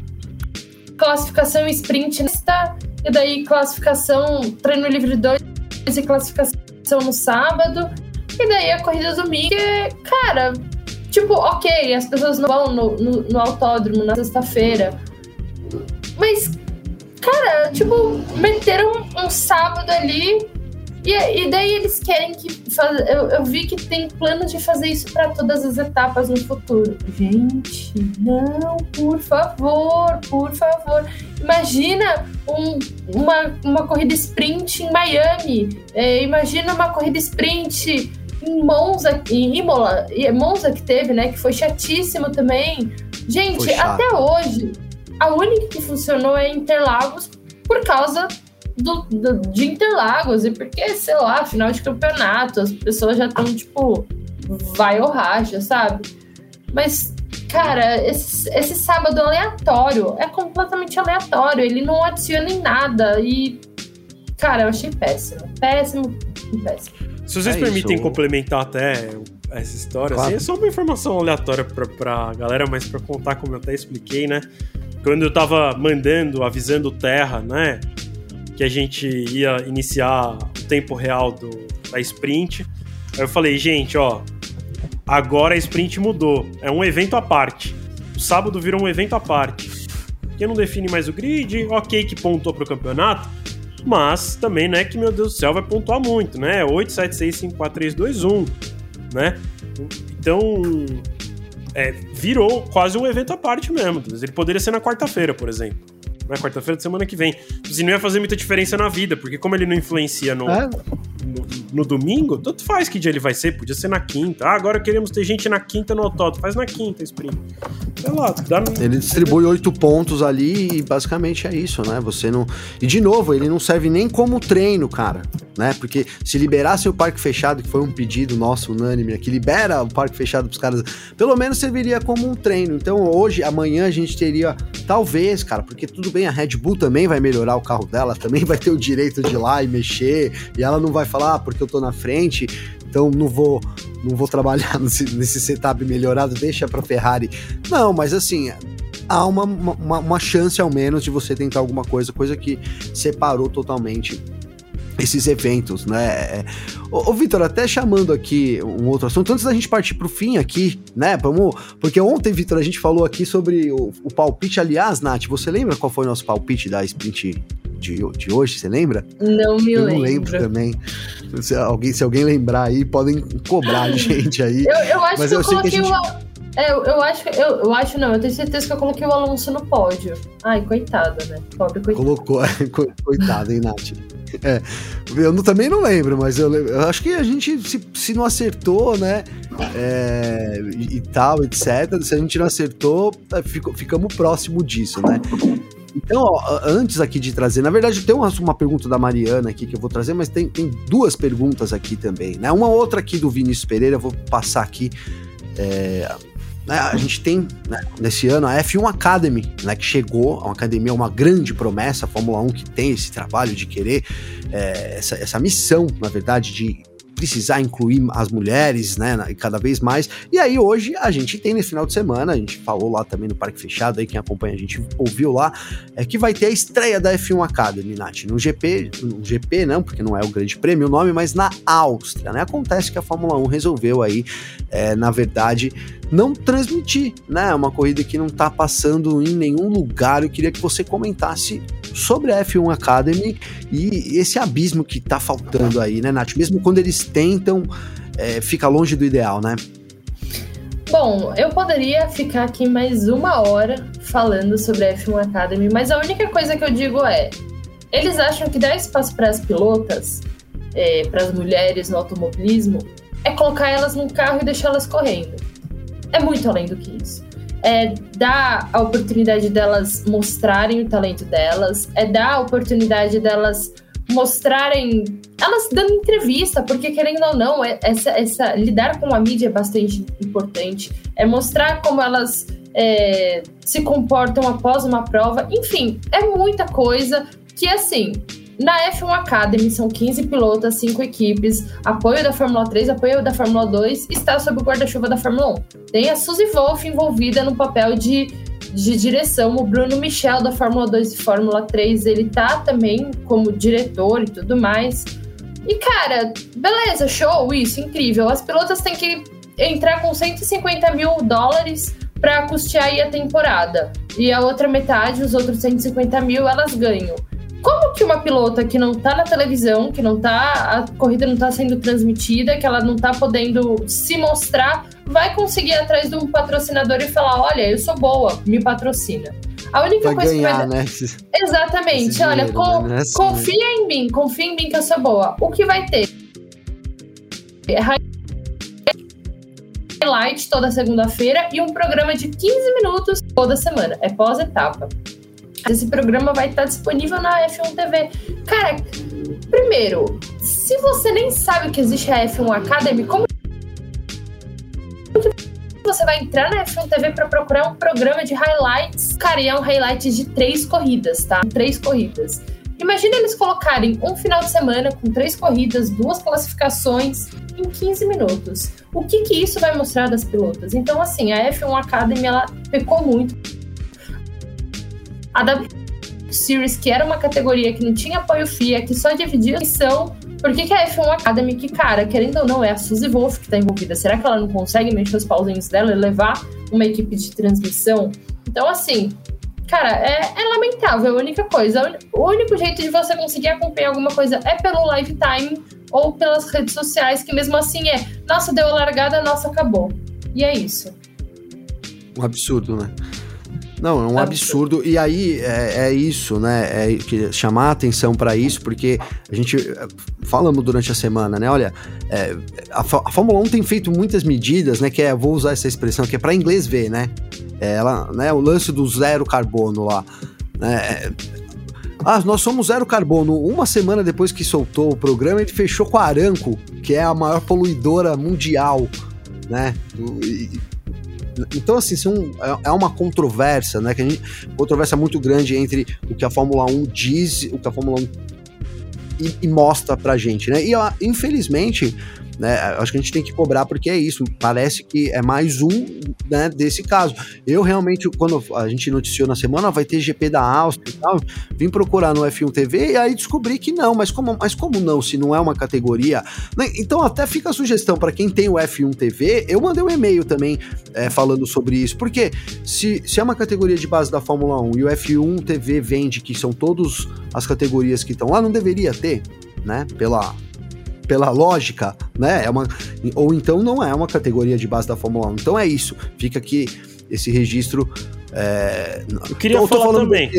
classificação sprint nesta, e daí classificação, treino livre 2 e classificação no sábado, e daí a corrida domingo? Cara, tipo, ok, as pessoas não vão no autódromo na sexta-feira, mas, cara, tipo, meteram um sábado ali, e daí eles querem que eu vi que tem plano de fazer isso para todas as etapas no futuro. Gente, não, por favor. Imagina uma corrida sprint em Miami, imagina uma corrida sprint em Monza, em Imola, Monza que teve, né, que foi chatíssimo também. Gente, até hoje, a única que funcionou é Interlagos por causa de Interlagos, e porque, sei lá, final de campeonato, as pessoas já estão, tipo, vai ou racha, sabe? Mas, cara, esse sábado aleatório é completamente aleatório, ele não adiciona em nada, e, cara, eu achei péssimo. Se vocês permitem complementar até essa história, claro. Assim, é só uma informação aleatória pra galera, mas pra contar como eu até expliquei, né? Quando eu tava avisando o Terra, né, que a gente ia iniciar o tempo real da sprint. Aí eu falei, gente, ó, agora a sprint mudou, é um evento à parte. O sábado virou um evento à parte. Que não define mais o grid, ok que pontuou pro campeonato, mas também não é que, meu Deus do céu, vai pontuar muito, né? 8, 7, 6, 5, 4, 3, 2, 1, né? Então, virou quase um evento à parte mesmo. Ele poderia ser na quarta-feira, por exemplo. Na quarta-feira de semana que vem. Assim, não ia fazer muita diferença na vida, porque como ele não influencia no domingo, tanto faz que dia ele vai ser, podia ser na quinta. Agora queremos ter gente na quinta no autódromo, faz na quinta, sprint. Sei lá, ele distribui 8 pontos ali e basicamente é isso, né? Você não... E de novo, ele não serve nem como treino, cara, né? Porque se liberassem o parque fechado, que foi um pedido nosso unânime aqui, libera o parque fechado pros caras, pelo menos serviria como um treino. Então hoje, amanhã a gente teria, talvez, cara, porque tudo bem, a Red Bull também vai melhorar o carro dela, também vai ter o direito de ir lá e mexer, e ela não vai falar, porque eu tô na frente, então não vou trabalhar nesse setup melhorado, deixa pra Ferrari. Não, mas assim, há uma chance ao menos de você tentar alguma coisa que separou totalmente esses eventos, né? Ô Vitor, até chamando aqui um outro assunto, antes da gente partir pro fim aqui, né? Porque ontem, Vitor, a gente falou aqui sobre o palpite. Aliás, Nath, você lembra qual foi o nosso palpite da sprint de hoje? Você lembra? Não me lembro. Eu não lembro também. Se alguém lembrar aí, podem cobrar a gente aí. Eu acho que eu coloquei eu acho não, eu tenho certeza que eu coloquei o Alonso no pódio. Ai, coitada, né? Pobre coitada. Colocou, coitada, hein, Nath? Eu também não lembro, mas eu acho que a gente, se não acertou, né, e tal, etc, se a gente não acertou, ficamos próximo disso, né? Então, ó, antes aqui de trazer, na verdade tem uma pergunta da Mariana aqui que eu vou trazer, mas tem duas perguntas aqui também, né? Uma outra aqui do Vinícius Pereira, eu vou passar aqui. A gente tem, né, nesse ano, a F1 Academy, né, que chegou, uma academia, uma grande promessa, a Fórmula 1 que tem esse trabalho de querer, essa missão, na verdade, de precisar incluir as mulheres, né, cada vez mais. E aí hoje a gente tem nesse final de semana, a gente falou lá também no Parque Fechado, aí quem acompanha a gente ouviu lá, que vai ter a estreia da F1 Academy, Nath, no GP não, porque não é o grande prêmio o nome, mas na Áustria, né? Acontece que a Fórmula 1 resolveu aí, na verdade, não transmitir, né? Uma corrida que não tá passando em nenhum lugar. Eu queria que você comentasse sobre a F1 Academy e esse abismo que tá faltando aí, né, Nath? Mesmo quando eles tentam, fica longe do ideal, né? Bom, eu poderia ficar aqui mais 1 hora falando sobre a F1 Academy, mas a única coisa que eu digo eles acham que dar espaço para as pilotas, para as mulheres no automobilismo, é colocar elas num carro e deixar elas correndo. É muito além do que isso. É dar a oportunidade delas mostrarem o talento delas, dar a oportunidade delas mostrarem, elas dando entrevista, porque querendo ou não, lidar com a mídia é bastante importante, mostrar como elas se comportam após uma prova, enfim, é muita coisa que, assim, na F1 Academy são 15 pilotas, 5 equipes, apoio da Fórmula 3, apoio da Fórmula 2, está sob o guarda-chuva da Fórmula 1. Tem a Suzy Wolff envolvida no papel de direção, o Bruno Michel da Fórmula 2 e Fórmula 3, ele tá também como diretor e tudo mais. E cara, beleza, show, isso, incrível. As pilotas têm que entrar com $150 mil para custear aí a temporada. E a outra metade, os outros 150 mil, elas ganham. Como que uma pilota que não tá na televisão, a corrida não tá sendo transmitida, que ela não tá podendo se mostrar, vai conseguir ir atrás de um patrocinador e falar, olha, eu sou boa, me patrocina. A única coisa ganhar, que vai... né? Exatamente, esse olha, dinheiro, né? confia em mim que eu sou boa. O que vai ter? Highlight toda segunda-feira e um programa de 15 minutos toda semana, pós-etapa. Esse programa vai estar disponível na F1 TV. Cara, primeiro, se você nem sabe que existe a F1 Academy, como você vai entrar na F1 TV para procurar um programa de highlights? Cara, e é um highlight de 3 corridas, tá? 3 corridas. Imagina eles colocarem um final de semana com 3 corridas, 2 classificações em 15 minutos. O que isso vai mostrar das pilotas? Então, assim, a F1 Academy, ela pecou muito. A W Series, que era uma categoria que não tinha apoio FIA, que só dividia a missão, por que a F1 Academy, que, cara, querendo ou não, é a Suzy Wolff que tá envolvida, será que ela não consegue mexer os pauzinhos dela e levar uma equipe de transmissão? Então, assim, cara, é lamentável, a única coisa. O único jeito de você conseguir acompanhar alguma coisa é pelo live time ou pelas redes sociais, que mesmo assim nossa, deu a largada, nossa, acabou. E é isso. Um absurdo, né? Não, é um absurdo. E aí, é isso, né? Que chamar a atenção para isso, porque a gente falamos durante a semana, né? Olha, a Fórmula 1 tem feito muitas medidas, né? Vou usar essa expressão, que é para inglês ver, né? O lance do zero carbono lá, né? Nós somos zero carbono. Uma semana depois que soltou o programa, ele fechou com a Aramco, que é a maior poluidora mundial, né? Então, assim, é uma controvérsia, né? Controvérsia muito grande entre o que a Fórmula 1 diz, o que a Fórmula 1 e mostra pra gente, né? E, infelizmente, né, acho que a gente tem que cobrar, porque é isso, parece que é mais um, né, desse caso. Eu realmente, quando a gente noticiou na semana, vai ter GP da Áustria e tal, vim procurar no F1 TV e aí descobri que não, mas como não, se não é uma categoria, né? Então até fica a sugestão para quem tem o F1 TV, eu mandei um e-mail também falando sobre isso, porque se é uma categoria de base da Fórmula 1 e o F1 TV vende que são todas as categorias que estão lá, não deveria ter, né, pela lógica, né? Ou então não é uma categoria de base da Fórmula 1. Então é isso. Fica aqui esse registro. Eu queria falar também.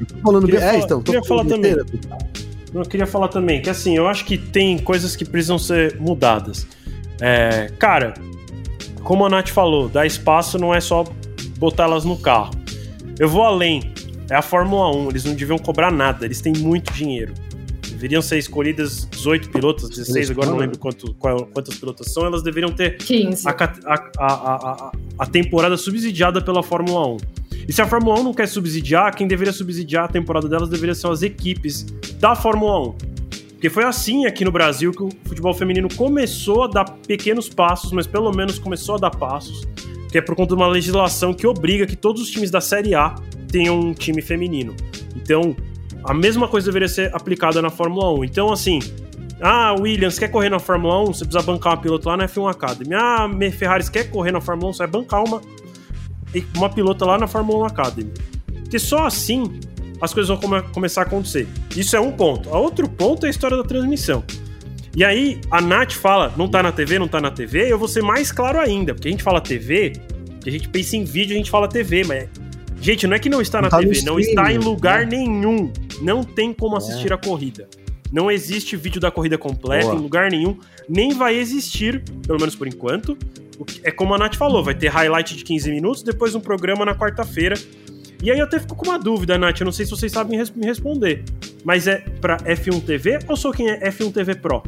Eu queria falar também que, assim, eu acho que tem coisas que precisam ser mudadas. Cara, como a Nath falou, dar espaço não é só botar elas no carro. Eu vou além. é a Fórmula 1, eles não deviam cobrar nada, eles têm muito dinheiro. Deveriam ser escolhidas 18 pilotos, 16, agora não lembro quantas pilotos são, elas deveriam ter 15. A temporada subsidiada pela Fórmula 1. E se a Fórmula 1 não quer subsidiar, quem deveria subsidiar a temporada delas deveria ser as equipes da Fórmula 1. Porque foi assim aqui no Brasil que o futebol feminino começou a dar pequenos passos, mas pelo menos começou a dar passos, que é por conta de uma legislação que obriga que todos os times da Série A tenham um time feminino. Então, a mesma coisa deveria ser aplicada na Fórmula 1. Então, assim, Williams quer correr na Fórmula 1, você precisa bancar uma piloto lá na F1 Academy. Ferrari quer correr na Fórmula 1, você vai bancar uma pilota lá na Fórmula 1 Academy. Porque só assim as coisas vão começar a acontecer. Isso é um ponto. O outro ponto é a história da transmissão. E aí, a Nath fala, não tá na TV, eu vou ser mais claro ainda, porque a gente fala TV, que a gente pensa em vídeo, a gente fala TV, mas... Gente, não é que não está na TV, não está em lugar nenhum. Não tem como assistir a corrida. Não existe vídeo da corrida completa em lugar nenhum, nem vai existir, pelo menos por enquanto. É como a Nath falou, vai ter highlight de 15 minutos, depois um programa na quarta-feira. E aí eu até fico com uma dúvida, Nath, eu não sei se vocês sabem me responder. Mas é pra F1 TV ou só quem é F1 TV Pro?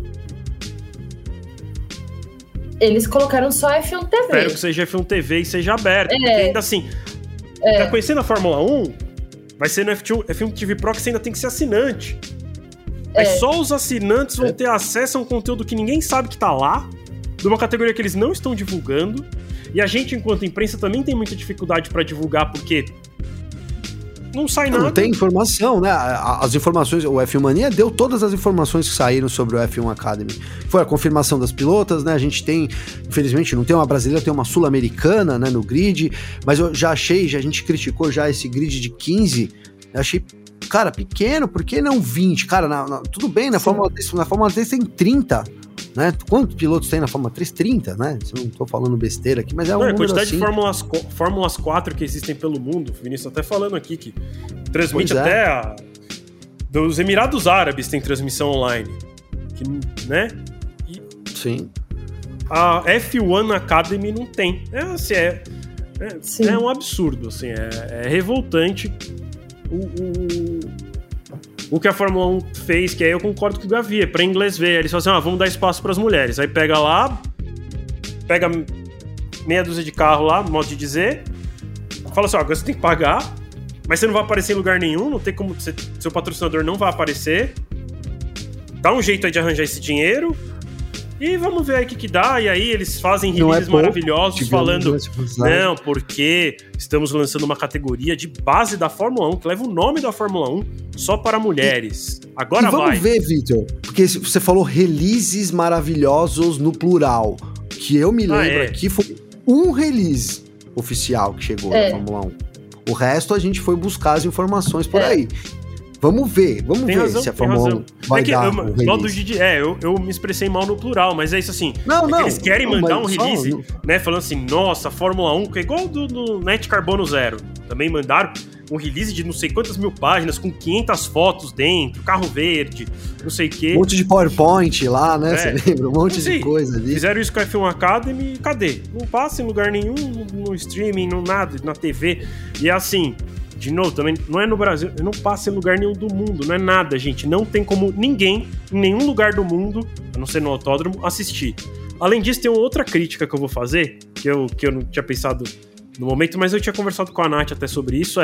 Eles colocaram só F1 TV. Espero que seja F1 TV e seja aberto, porque ainda assim... Tá conhecendo a Fórmula 1? Vai ser no F1 TV Pro que você ainda tem que ser assinante. Só os assinantes vão ter acesso a um conteúdo que ninguém sabe que tá lá, de uma categoria que eles não estão divulgando. E a gente, enquanto imprensa, também tem muita dificuldade pra divulgar, porque não sai nada. Não tem informação, né? As informações, o F1 Mania deu todas as informações que saíram sobre o F1 Academy. Foi a confirmação das pilotas, né? A gente tem, infelizmente, não tem uma brasileira, tem uma sul-americana, né, no grid, mas eu já achei, a gente criticou já esse grid de 15, eu achei, cara, pequeno, por que não 20? Cara, tudo bem, na Fórmula 3 tem 30, né? Quantos pilotos tem na Fórmula 3? 30, né? Se eu não tô falando besteira aqui, mas é um número a quantidade assim. de Fórmulas 4 que existem pelo mundo, o Vinícius até falando aqui, que transmite até dos Emirados Árabes tem transmissão online, né? Sim. A F1 Academy não tem. É um absurdo, assim, é revoltante o que a Fórmula 1 fez, que aí eu concordo com o Gavi, é pra inglês ver. Eles falam assim, vamos dar espaço pras mulheres. Aí pega meia dúzia de carro lá, modo de dizer, fala assim, agora você tem que pagar, mas você não vai aparecer em lugar nenhum, não tem como, seu patrocinador não vai aparecer. Dá um jeito aí de arranjar esse dinheiro e vamos ver aí o que dá. E aí eles fazem releases maravilhosos falando, não, porque estamos lançando uma categoria de base da Fórmula 1, que leva o nome da Fórmula 1 só para mulheres. Agora vamos ver, Vitor, porque você falou releases maravilhosos no plural, que eu me lembro aqui foi um release oficial que chegou na Fórmula 1. O resto a gente foi buscar as informações por aí. Vamos ver se a Fórmula 1 vai dar um release. Eu me expressei mal no plural, mas é isso assim. Que eles querem mandar um release, né, falando assim, nossa, Fórmula 1, que é igual do Net Carbono Zero. Também mandaram um release de não sei quantas mil páginas, com 500 fotos dentro, carro verde, não sei o quê. Um monte de PowerPoint lá, né, você lembra? Um monte de coisa ali. Fizeram isso com a F1 Academy, cadê? Não passa em lugar nenhum, no streaming, no nada, na TV. E é assim... De novo, também não é no Brasil, não passa em lugar nenhum do mundo, não é nada, gente. Não tem como ninguém, em nenhum lugar do mundo, a não ser no autódromo, assistir. Além disso, tem uma outra crítica que eu vou fazer, que eu não tinha pensado no momento, mas eu tinha conversado com a Nath até sobre isso,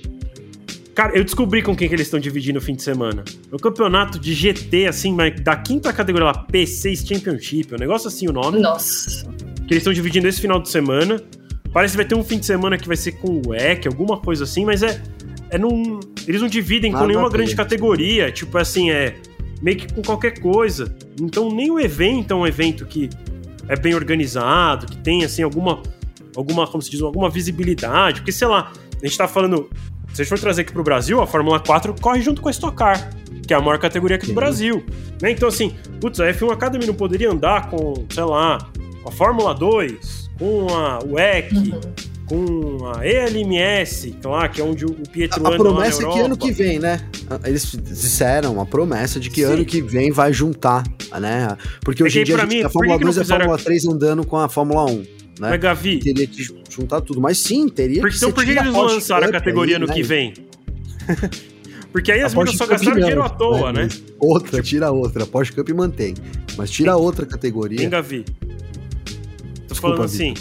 Cara, eu descobri com quem que eles estão dividindo o fim de semana. No campeonato de GT, assim, da quinta categoria lá, P6 Championship, um negócio assim o nome. Nossa. Que eles estão dividindo esse final de semana. Parece que vai ter um fim de semana que vai ser com o WEC, alguma coisa assim, mas eles não dividem com nenhuma grande categoria, tipo assim, meio que com qualquer coisa. Então nem o evento é um evento que é bem organizado, que tem assim alguma, como se diz, alguma visibilidade, porque sei lá, a gente tá falando, se a gente for trazer aqui pro Brasil, a Fórmula 4 corre junto com a Stock Car, que é a maior categoria aqui do Brasil, né? Então assim, a F1 Academy não poderia andar com, sei lá, a Fórmula 2, com a WEC, com a ELMS, que é onde o Pietro anda lá na Europa. A promessa é que ano que vem, né? Eles disseram a promessa de que ano que vem vai juntar, né? Porque hoje em dia a Fórmula 2 e a Fórmula 3 andando com a Fórmula 1, né? Mas, Gavi... Teria que juntar tudo, mas sim, teria que ser. Então por que eles vão lançar a categoria ano que vem? Porque aí as meninas só gastaram dinheiro à toa, né? Outra, tira outra. Porsche Cup mantém. Mas tira outra categoria. Hein, Gavi? Tô falando assim,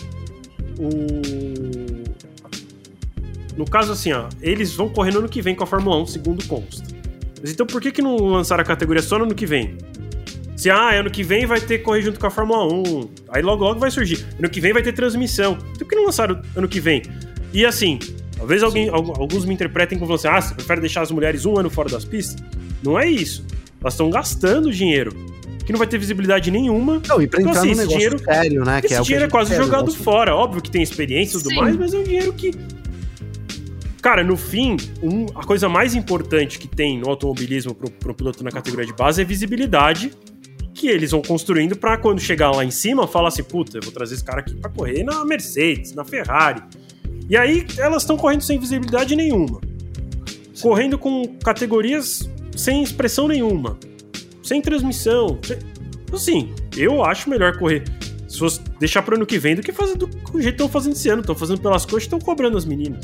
no caso assim, ó, eles vão correr no ano que vem com a Fórmula 1, segundo consta. Mas então por que não lançaram a categoria só no ano que vem? Se, ano que vem vai ter correr junto com a Fórmula 1, aí logo vai surgir. Ano que vem vai ter transmissão. Então por que não lançaram ano que vem? E assim, talvez alguns me interpretem como assim, você prefere deixar as mulheres um ano fora das pistas? Não é isso. Elas estão gastando dinheiro, que não vai ter visibilidade nenhuma. Não, e pra entrar num negócio dinheiro, sério, né? Esse dinheiro é quase jogado fora. Óbvio que tem experiência e tudo mais, mas é um dinheiro que... Cara, no fim, a coisa mais importante que tem no automobilismo pro piloto na categoria de base é visibilidade, que eles vão construindo pra quando chegar lá em cima, falar assim, puta, eu vou trazer esse cara aqui pra correr na Mercedes, na Ferrari. E aí, elas estão correndo sem visibilidade nenhuma. Correndo com categorias sem expressão nenhuma. Sem transmissão. Assim, eu acho melhor correr. Se fosse deixar pro ano que vem do que fazer do jeito que estão fazendo esse ano. Estão fazendo pelas coxas e estão cobrando as meninas.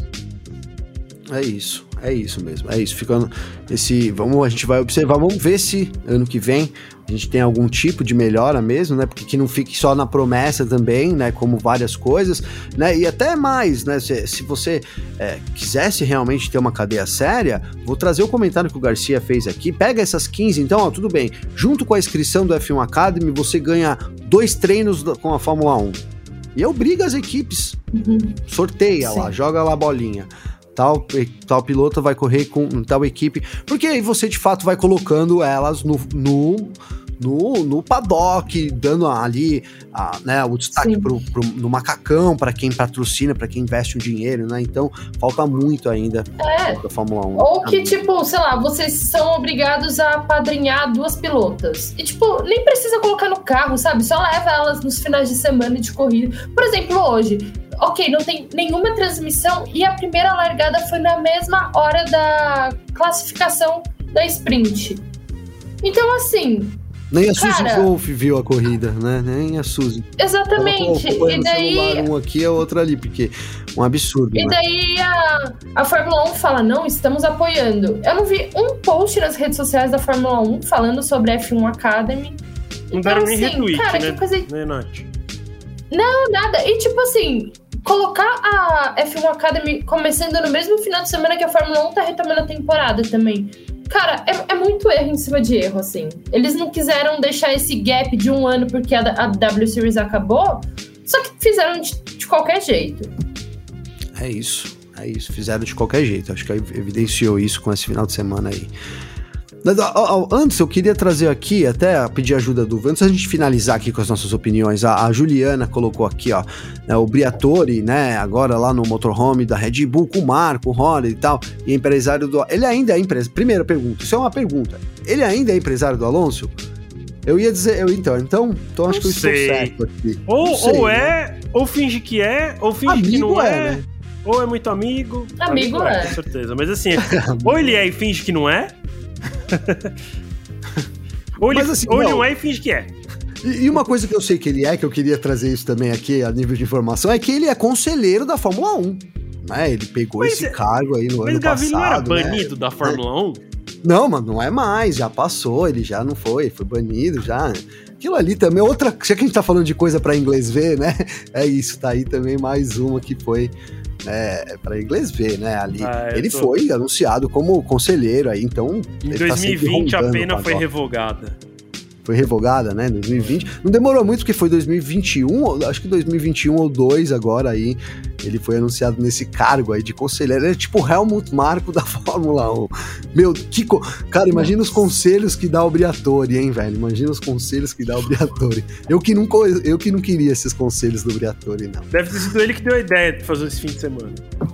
É isso mesmo. É isso. Ficando a gente vai observar, vamos ver se ano que vem a gente tem algum tipo de melhora mesmo, né? Porque que não fique só na promessa também, né? Como várias coisas, né? E até mais, né? Se você quisesse realmente ter uma cadeia séria, vou trazer o comentário que o Garcia fez aqui. Pega essas 15, então, tudo bem. Junto com a inscrição do F1 Academy, você ganha 2 treinos com a Fórmula 1. E obriga as equipes. Sorteia lá, joga lá a bolinha. Tal piloto vai correr com tal equipe, porque aí você de fato vai colocando elas no paddock, dando ali o destaque no macacão, para quem patrocina, para quem investe o dinheiro, né? Então falta muito ainda da Fórmula 1. Ou que, tipo, sei lá, vocês são obrigados a apadrinhar 2 pilotas. E, tipo, nem precisa colocar no carro, sabe? Só leva elas nos finais de semana de corrida. Por exemplo, hoje, ok, não tem nenhuma transmissão e a primeira largada foi na mesma hora da classificação da sprint. Então, assim... Nem a Suzy Wolf viu a corrida, né? Nem a Suzy. Exatamente. E daí... um aqui e a outra ali, porque é um absurdo. E daí a Fórmula 1 fala, não, estamos apoiando. Eu não vi um post nas redes sociais da Fórmula 1 falando sobre a F1 Academy. Não deram nem retweet, cara, né? Que coisa... Né, Nath? Não, nada. E tipo assim... Colocar a F1 Academy começando no mesmo final de semana que a Fórmula 1 tá retomando a temporada também. Cara, é muito erro em cima de erro, assim. Eles não quiseram deixar esse gap de 1 ano porque a W Series acabou, só que fizeram de qualquer jeito. É isso. Fizeram de qualquer jeito. Acho que evidenciou isso com esse final de semana aí. Antes, eu queria trazer aqui, até pedir ajuda do... Antes da gente finalizar aqui com as nossas opiniões, a Juliana colocou aqui, o Briatore, né, agora lá no motorhome da Red Bull, com o Marco, o Roller e tal, e empresário do... Ele ainda é empresário... Primeira pergunta, isso é uma pergunta. Ele ainda é empresário do Alonso? Eu ia dizer... Então acho que eu estou certo aqui. Ou finge que é, ou finge amigo que não é. Né? Ou é muito amigo. Amigo é. Com certeza. Mas assim, ou ele é e finge que não é, ou ele não é e finge que é. E uma coisa que eu sei que ele é, que eu queria trazer isso também aqui a nível de informação, é que ele é conselheiro da Fórmula 1. Né? Ele pegou esse cargo aí no ano passado. Mas Gavi não era banido da Fórmula 1? Não, mas não é mais, já passou, ele já não foi banido já. Aquilo ali também, outra, já que a gente tá falando de coisa pra inglês ver, né? É isso, tá aí também mais uma que foi para inglês ver, né? Ali ele foi anunciado como conselheiro aí, então. Em 2020 a pena foi revogada. Foi revogada, né? 2020. Não demorou muito, porque foi 2021, acho que 2021 ou 2 agora aí. Ele foi anunciado nesse cargo aí de conselheiro. Ele é tipo o Helmut Marko da Fórmula 1. Meu, cara, imagina os conselhos que dá o Briatore, hein, velho? Imagina os conselhos que dá o Briatore. Eu que não queria esses conselhos do Briatore, não. Deve ter sido ele que deu a ideia de fazer esse fim de semana.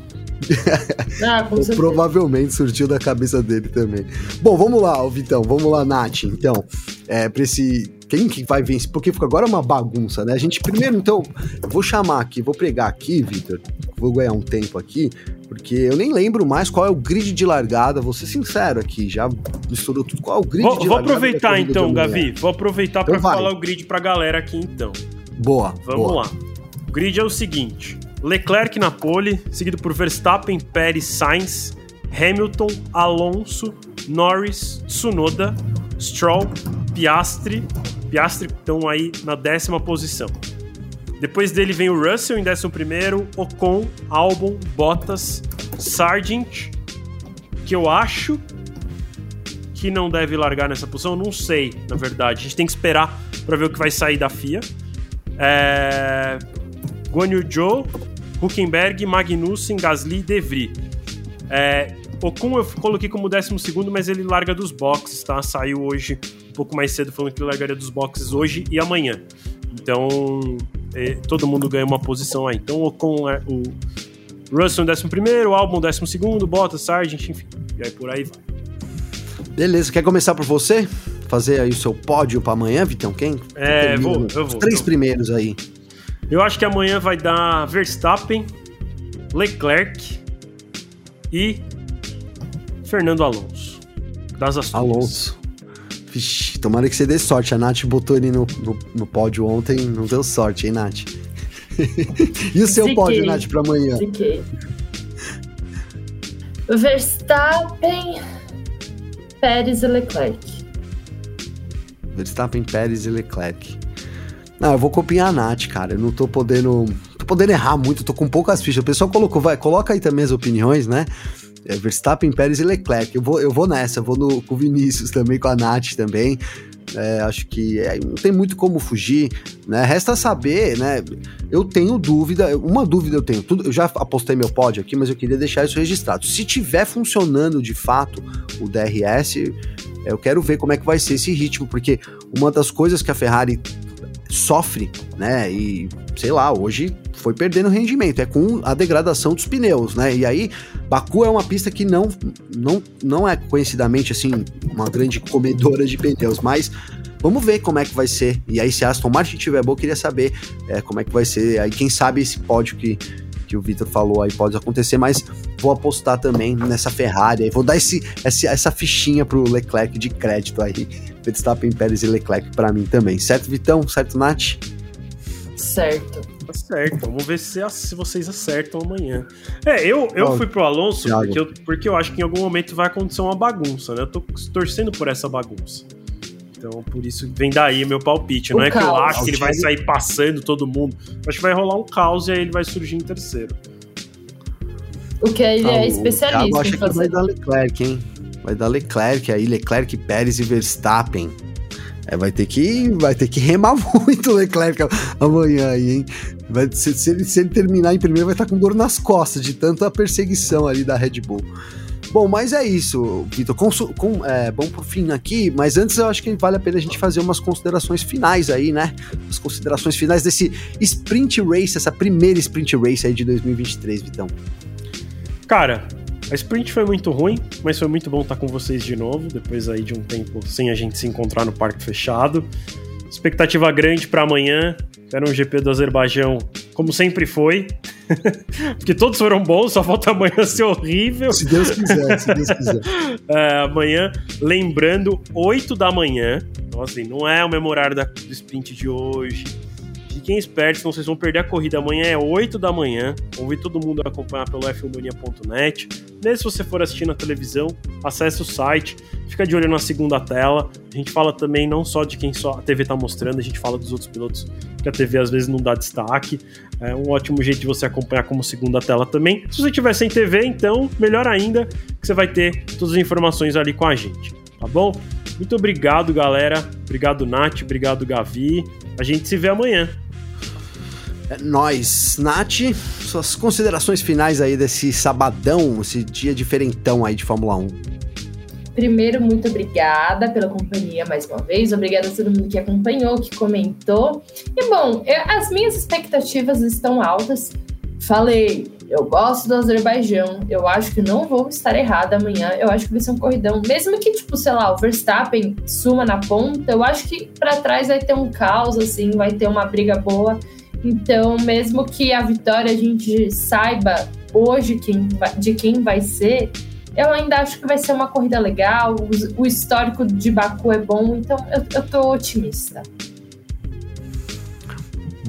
Provavelmente surgiu da cabeça dele também. Bom, vamos lá, Vitão, vamos lá, Nath. Então, pra esse... Quem que vai vencer? Porque agora é uma bagunça, né? A gente primeiro, então, eu vou chamar aqui, vou pregar aqui, Vitor, vou ganhar um tempo aqui, porque eu nem lembro mais qual é o grid de largada, vou ser sincero aqui, já misturou tudo. Qual é o grid de largada? Vou aproveitar então, Gavi, vou aproveitar então pra falar o grid pra galera aqui então. Boa. Vamos lá. O grid é o seguinte: Leclerc na pole, seguido por Verstappen, Pérez, Sainz, Hamilton, Alonso, Norris, Tsunoda, Stroll, Piastri estão aí na 10ª posição. Depois dele vem o Russell em 11º, Ocon, Albon, Bottas, Sargent, que eu acho que não deve largar nessa posição, não sei, na verdade. A gente tem que esperar para ver o que vai sair da FIA. Guan Yu Zhou, Hülkenberg, Magnussen, Gasly e De Vries. Ocon eu coloquei como 12º, mas ele larga dos boxes, tá? Saiu hoje um pouco mais cedo falando que ele largaria dos boxes hoje e amanhã. Então, todo mundo ganha uma posição aí. Então, Ocon é o Russell em 11º, o Albon 12º, Bottas, Sargent, enfim. E aí por aí vai. Beleza, quer começar por você? Fazer aí o seu pódio pra amanhã, Vitão? Quem? Eu vou. Os 3 primeiros aí. Eu acho que amanhã vai dar Verstappen, Leclerc e Fernando Alonso. Das Astúrias. Alonso. Vixe, tomara que você dê sorte. A Nath botou ele no pódio ontem, não deu sorte, hein, Nath? E o seu pódio, Nath, pra amanhã? Verstappen, Pérez e Leclerc. Verstappen, Pérez e Leclerc. Não, eu vou copiar a Nath, cara. Eu não tô podendo errar muito, tô com poucas fichas. O pessoal coloca aí também as opiniões, né? Verstappen, Pérez e Leclerc. Eu vou nessa, com o Vinícius também, com a Nath também. Acho que não tem muito como fugir, né? Resta saber, né? Eu tenho dúvida, uma dúvida eu tenho. Eu já apostei meu pódio aqui, mas eu queria deixar isso registrado. Se tiver funcionando de fato o DRS, eu quero ver como é que vai ser esse ritmo, porque uma das coisas que a Ferrari sofre, né? E sei lá, hoje foi perdendo rendimento, é com a degradação dos pneus, né? E aí, Baku é uma pista que não é conhecidamente assim uma grande comedora de pneus, mas vamos ver como é que vai ser. E aí, se a Aston Martin tiver boa, eu queria saber como é que vai ser. Aí, quem sabe esse pódio que o Vitor falou aí pode acontecer, mas vou apostar também nessa Ferrari. Aí vou dar essa fichinha pro Leclerc de crédito aí. Verstappen, Pérez e Leclerc pra mim também. Certo, Vitão? Certo, Nath? Certo. Tá certo. Vamos ver se vocês acertam amanhã. Eu fui pro Alonso porque eu acho que em algum momento vai acontecer uma bagunça, né? Eu tô torcendo por essa bagunça. Então, por isso, vem daí meu palpite. Não é que eu acho que ele vai sair passando todo mundo. Eu acho que vai rolar um caos e aí ele vai surgir em terceiro. O que ele é especialista em fazer. Eu acho que vai dar Leclerc, hein? Vai dar Leclerc aí, Leclerc, Pérez e Verstappen. Vai ter que remar muito o Leclerc amanhã aí, hein? Se ele terminar em primeiro, vai estar com dor nas costas de tanta perseguição ali da Red Bull. Bom, mas é isso, Vitor. Bom pro fim aqui, mas antes eu acho que vale a pena a gente fazer umas considerações finais aí, né? As considerações finais desse Sprint Race, essa primeira Sprint Race aí de 2023, Vitão. Cara, a Sprint foi muito ruim, mas foi muito bom estar com vocês de novo, depois aí de um tempo sem a gente se encontrar no parque fechado. Expectativa grande para amanhã. Era um GP do Azerbaijão, como sempre foi. Porque todos foram bons, só falta amanhã ser horrível. Se Deus quiser. Amanhã, lembrando, 8 da manhã. Então, assim, não é o mesmo horário do sprint de hoje. Fiquem espertos, senão vocês vão perder a corrida. Amanhã é 8 da manhã. Convido todo mundo a acompanhar pelo f1mania.net. Mesmo se você for assistir na televisão, acesse o site. Fica de olho na segunda tela. A gente fala também não só de quem só a TV está mostrando, a gente fala dos outros pilotos que a TV às vezes não dá destaque. É um ótimo jeito de você acompanhar como segunda tela também. Se você tiver sem TV, então, melhor ainda, que você vai ter todas as informações ali com a gente. Tá bom? Muito obrigado, galera. Obrigado, Nath. Obrigado, Gavi. A gente se vê amanhã. É nóis. Nath, suas considerações finais aí desse sabadão, esse dia diferentão aí de Fórmula 1. Primeiro, muito obrigada pela companhia mais uma vez. Obrigada a todo mundo que acompanhou, que comentou. E bom, as minhas expectativas estão altas. Falei, eu gosto do Azerbaijão. Eu acho que não vou estar errada amanhã. Eu acho que vai ser um corridão. Mesmo que, tipo, sei lá, o Verstappen suma na ponta, eu acho que pra trás vai ter um caos, assim, vai ter uma briga boa. Então, mesmo que a vitória a gente saiba hoje de quem vai ser, eu ainda acho que vai ser uma corrida legal. O histórico de Baku é bom, então eu tô otimista.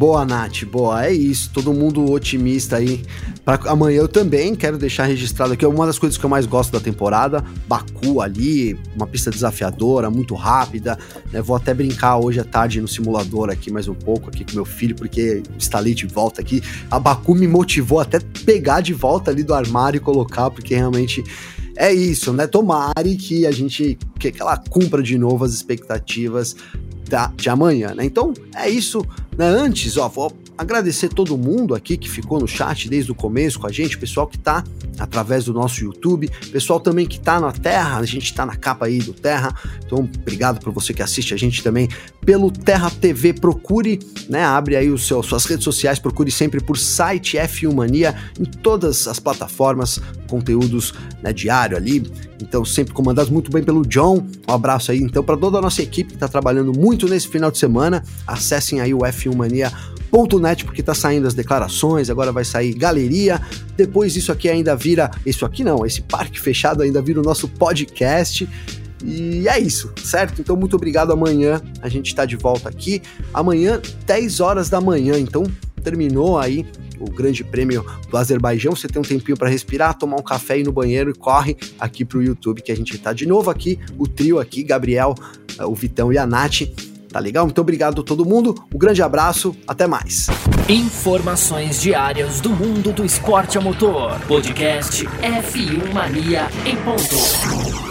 Boa, Nath, boa, é isso, todo mundo otimista aí. Pra amanhã eu também quero deixar registrado aqui uma das coisas que eu mais gosto da temporada, Baku ali, uma pista desafiadora, muito rápida, né? Vou até brincar hoje à tarde no simulador aqui mais um pouco aqui com meu filho, porque instalei de volta aqui. A Baku me motivou até pegar de volta ali do armário e colocar, porque realmente é isso, né? Tomara que que ela cumpra de novo as expectativas de amanhã, né? Então é isso, né? Antes, vou agradecer todo mundo aqui que ficou no chat desde o começo com a gente, pessoal que tá através do nosso YouTube, pessoal também que tá na Terra, a gente tá na capa aí do Terra, então obrigado por você que assiste a gente também pelo Terra TV, procure, né, abre aí suas redes sociais, procure sempre por site F1 Mania em todas as plataformas, conteúdos, né, diário ali, então sempre comandados muito bem pelo John, um abraço aí então para toda a nossa equipe que tá trabalhando muito nesse final de semana, acessem aí o F1mania.net, porque tá saindo as declarações, agora vai sair galeria, depois isso aqui ainda vira, esse parque fechado ainda vira o nosso podcast, e é isso, certo? Então muito obrigado, amanhã a gente tá de volta aqui, amanhã 10 horas da manhã, então terminou aí o grande prêmio do Azerbaijão, você tem um tempinho para respirar, tomar um café, ir no banheiro e corre aqui pro YouTube que a gente tá de novo aqui, o trio aqui, Gabriel, o Vitão e a Nath. Tá legal? Muito obrigado a todo mundo, um grande abraço, até mais. Informações diárias do mundo do esporte a motor. Podcast F1 Mania em ponto.